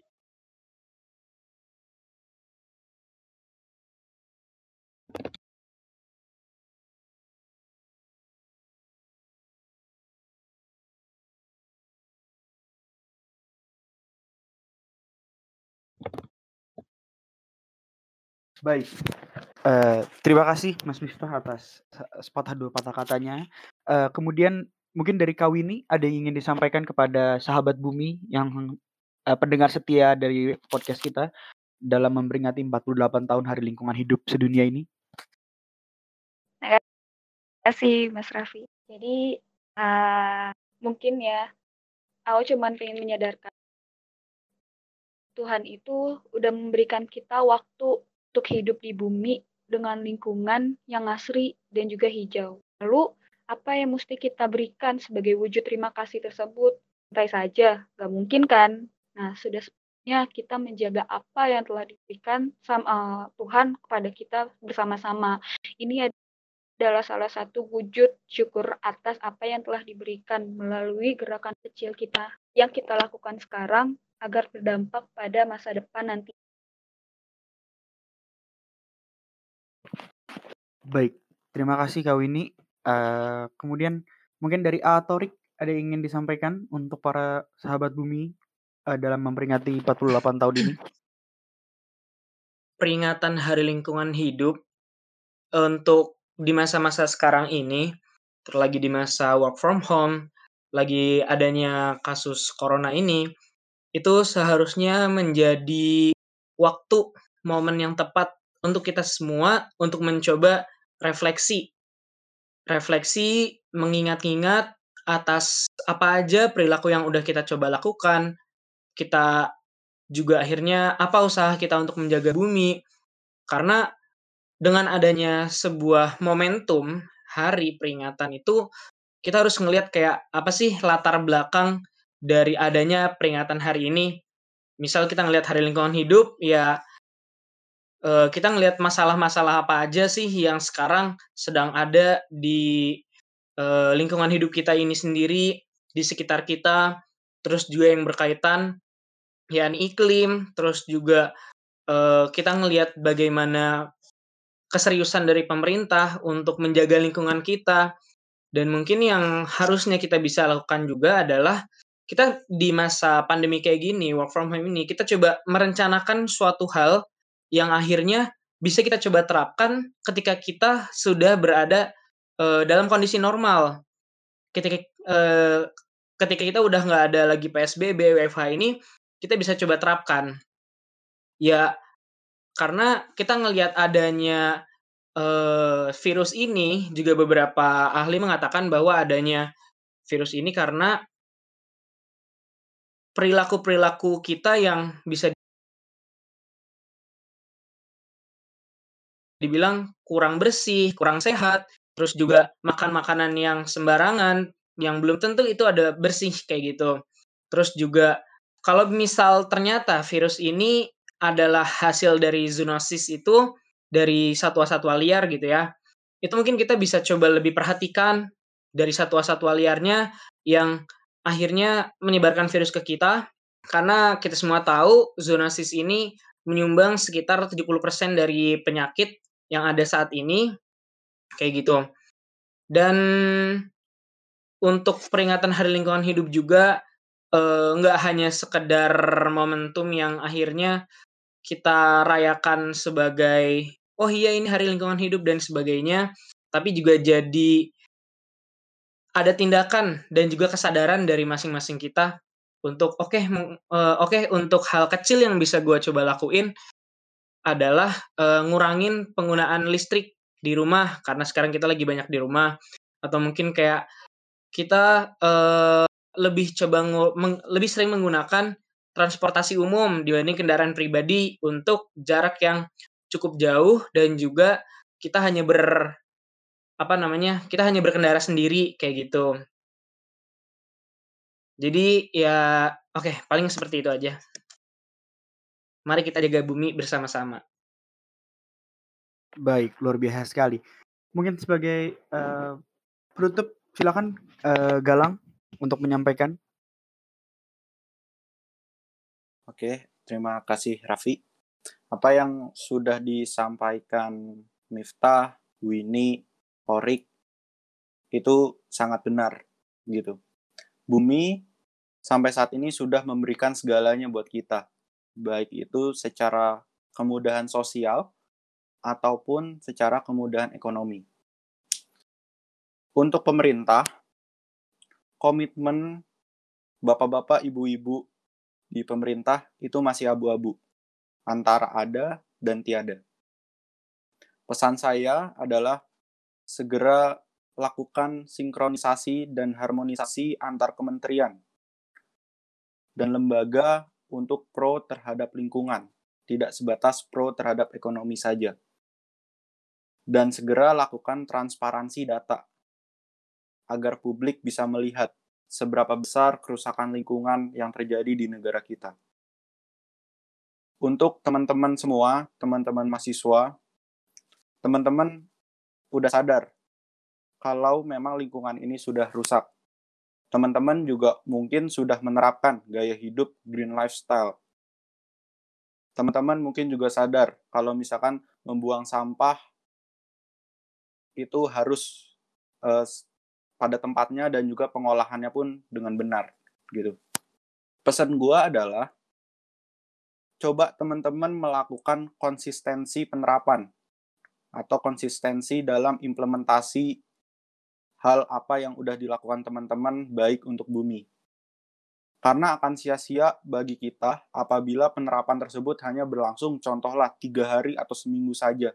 Baik. Terima kasih Mas Miftah atas sepatah dua patah katanya. Kemudian mungkin dari Kak Winnie ada yang ingin disampaikan kepada sahabat bumi yang pendengar setia dari podcast kita dalam memperingati 48 tahun Hari Lingkungan Hidup Sedunia ini. Terima kasih Mas Raffi. Jadi mungkin ya, aku cuma pengen menyadarkan Tuhan itu udah memberikan kita waktu untuk hidup di bumi dengan lingkungan yang asri dan juga hijau. Lalu apa yang mesti kita berikan sebagai wujud terima kasih tersebut? Santai saja, gak mungkin kan? Nah, sudah sebenarnya kita menjaga apa yang telah diberikan sama Tuhan kepada kita bersama-sama. Ini adalah salah satu wujud syukur atas apa yang telah diberikan melalui gerakan kecil kita yang kita lakukan sekarang agar berdampak pada masa depan nanti. Baik, terima kasih Kak Winnie. Kemudian mungkin dari Torik ada yang ingin disampaikan untuk para sahabat bumi dalam memperingati 48 tahun ini? Peringatan Hari Lingkungan Hidup untuk di masa-masa sekarang ini, terlagi di masa work from home, lagi adanya kasus corona ini, itu seharusnya menjadi waktu, momen yang tepat untuk kita semua untuk mencoba refleksi. Refleksi, mengingat-ingat atas apa aja perilaku yang udah kita coba lakukan. Kita juga akhirnya apa usaha kita untuk menjaga bumi. Karena dengan adanya sebuah momentum hari peringatan itu, kita harus ngelihat kayak apa sih latar belakang dari adanya peringatan hari ini. Misal kita ngelihat Hari Lingkungan Hidup, ya kita ngelihat masalah-masalah apa aja sih yang sekarang sedang ada di lingkungan hidup kita ini sendiri, di sekitar kita, terus juga yang berkaitan ya iklim, terus juga kita ngelihat bagaimana keseriusan dari pemerintah untuk menjaga lingkungan kita, dan mungkin yang harusnya kita bisa lakukan juga adalah kita di masa pandemi kayak gini, work from home ini, kita coba merencanakan suatu hal yang akhirnya bisa kita coba terapkan ketika kita sudah berada dalam kondisi normal. Ketika ketika kita udah nggak ada lagi PSBB, WFH ini, kita bisa coba terapkan. Ya, karena kita ngelihat adanya virus ini, juga beberapa ahli mengatakan bahwa adanya virus ini karena perilaku-perilaku kita yang bisa dibilang kurang bersih, kurang sehat, terus juga makan makanan yang sembarangan, yang belum tentu itu ada bersih kayak gitu. Terus juga kalau misal ternyata virus ini adalah hasil dari zoonosis itu, dari satwa-satwa liar gitu ya, itu mungkin kita bisa coba lebih perhatikan dari satwa-satwa liarnya yang akhirnya menyebarkan virus ke kita, karena kita semua tahu zoonosis ini menyumbang sekitar 70% dari penyakit yang ada saat ini, kayak gitu. Dan untuk peringatan Hari Lingkungan Hidup juga, nggak hanya sekedar momentum yang akhirnya kita rayakan sebagai, "Oh iya ini Hari Lingkungan Hidup," dan sebagainya, tapi juga jadi ada tindakan dan juga kesadaran dari masing-masing kita untuk, oke, untuk hal kecil yang bisa gue coba lakuin adalah, ngurangin penggunaan listrik di rumah, karena sekarang kita lagi banyak di rumah, atau mungkin kayak kita, lebih sering menggunakan transportasi umum dibanding kendaraan pribadi untuk jarak yang cukup jauh, dan juga kita hanya kita hanya berkendara sendiri, kayak gitu. Jadi ya oke, paling seperti itu aja. Mari kita jaga bumi bersama-sama. Baik, luar biasa sekali. Mungkin sebagai penutup, silakan Galang untuk menyampaikan. Oke, terima kasih Raffi. Apa yang sudah disampaikan Miftah, Winnie, Orik itu sangat benar gitu. Bumi sampai saat ini sudah memberikan segalanya buat kita, baik itu secara kemudahan sosial ataupun secara kemudahan ekonomi. Untuk pemerintah, komitmen bapak-bapak, ibu-ibu di pemerintah itu masih abu-abu, antara ada dan tiada. Pesan saya adalah segera lakukan sinkronisasi dan harmonisasi antar kementerian dan lembaga untuk pro terhadap lingkungan, tidak sebatas pro terhadap ekonomi saja. Dan segera lakukan transparansi data, agar publik bisa melihat seberapa besar kerusakan lingkungan yang terjadi di negara kita. Untuk teman-teman semua, teman-teman mahasiswa, teman-teman udah sadar kalau memang lingkungan ini sudah rusak. Teman-teman juga mungkin sudah menerapkan gaya hidup green lifestyle. Teman-teman mungkin juga sadar kalau misalkan membuang sampah itu harus pada tempatnya dan juga pengolahannya pun dengan benar gitu. Pesan gue adalah coba teman-teman melakukan konsistensi penerapan atau konsistensi dalam implementasi hal apa yang udah dilakukan teman-teman baik untuk bumi. Karena akan sia-sia bagi kita apabila penerapan tersebut hanya berlangsung contohlah 3 hari atau seminggu saja.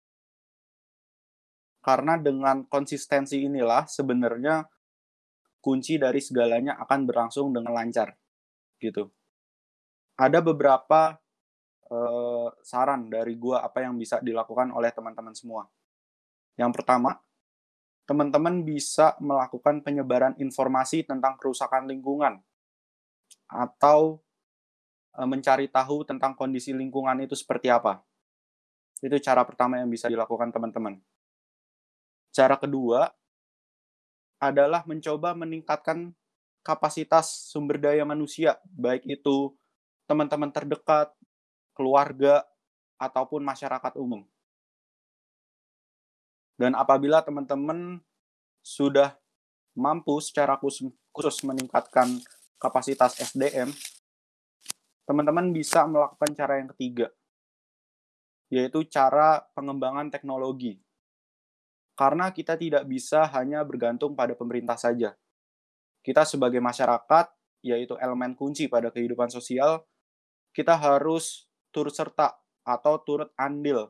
Karena dengan konsistensi inilah sebenarnya kunci dari segalanya akan berlangsung dengan lancar. Gitu. Ada beberapa saran dari gua apa yang bisa dilakukan oleh teman-teman semua. Yang pertama, teman-teman bisa melakukan penyebaran informasi tentang kerusakan lingkungan atau mencari tahu tentang kondisi lingkungan itu seperti apa. Itu cara pertama yang bisa dilakukan teman-teman. Cara kedua adalah mencoba meningkatkan kapasitas sumber daya manusia, baik itu teman-teman terdekat, keluarga, ataupun masyarakat umum. Dan apabila teman-teman sudah mampu secara khusus meningkatkan kapasitas SDM, teman-teman bisa melakukan cara yang ketiga, yaitu cara pengembangan teknologi. Karena kita tidak bisa hanya bergantung pada pemerintah saja. Kita sebagai masyarakat, yaitu elemen kunci pada kehidupan sosial, kita harus turut serta atau turut andil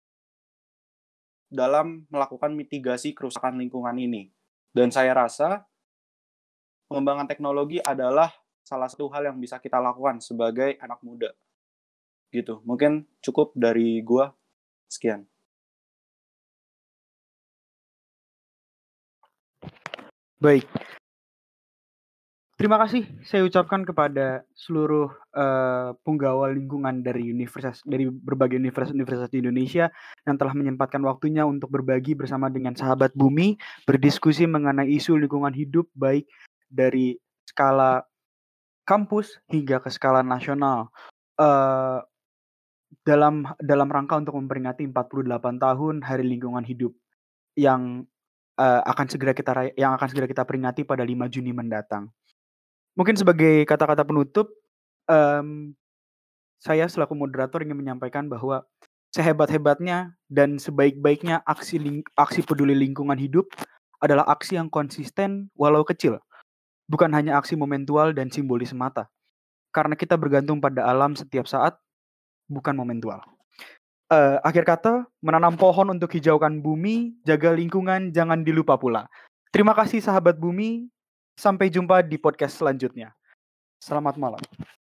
dalam melakukan mitigasi kerusakan lingkungan ini. Dan saya rasa pengembangan teknologi adalah salah satu hal yang bisa kita lakukan sebagai anak muda. Gitu. Mungkin cukup dari gua. Sekian. Baik. Terima kasih saya ucapkan kepada seluruh penggawa lingkungan dari berbagai universitas di Indonesia yang telah menyempatkan waktunya untuk berbagi bersama dengan sahabat bumi, berdiskusi mengenai isu lingkungan hidup baik dari skala kampus hingga ke skala nasional. dalam rangka untuk memperingati 48 tahun Hari Lingkungan Hidup yang akan segera kita peringati pada 5 Juni mendatang. Mungkin sebagai kata-kata penutup, saya selaku moderator ingin menyampaikan bahwa sehebat-hebatnya dan sebaik-baiknya aksi peduli lingkungan hidup adalah aksi yang konsisten walau kecil, bukan hanya aksi momentual dan simbolis semata. Karena kita bergantung pada alam setiap saat, bukan momentual. Akhir kata, menanam pohon untuk hijaukan bumi, jaga lingkungan, jangan dilupa pula. Terima kasih sahabat bumi, sampai jumpa di podcast selanjutnya. Selamat malam.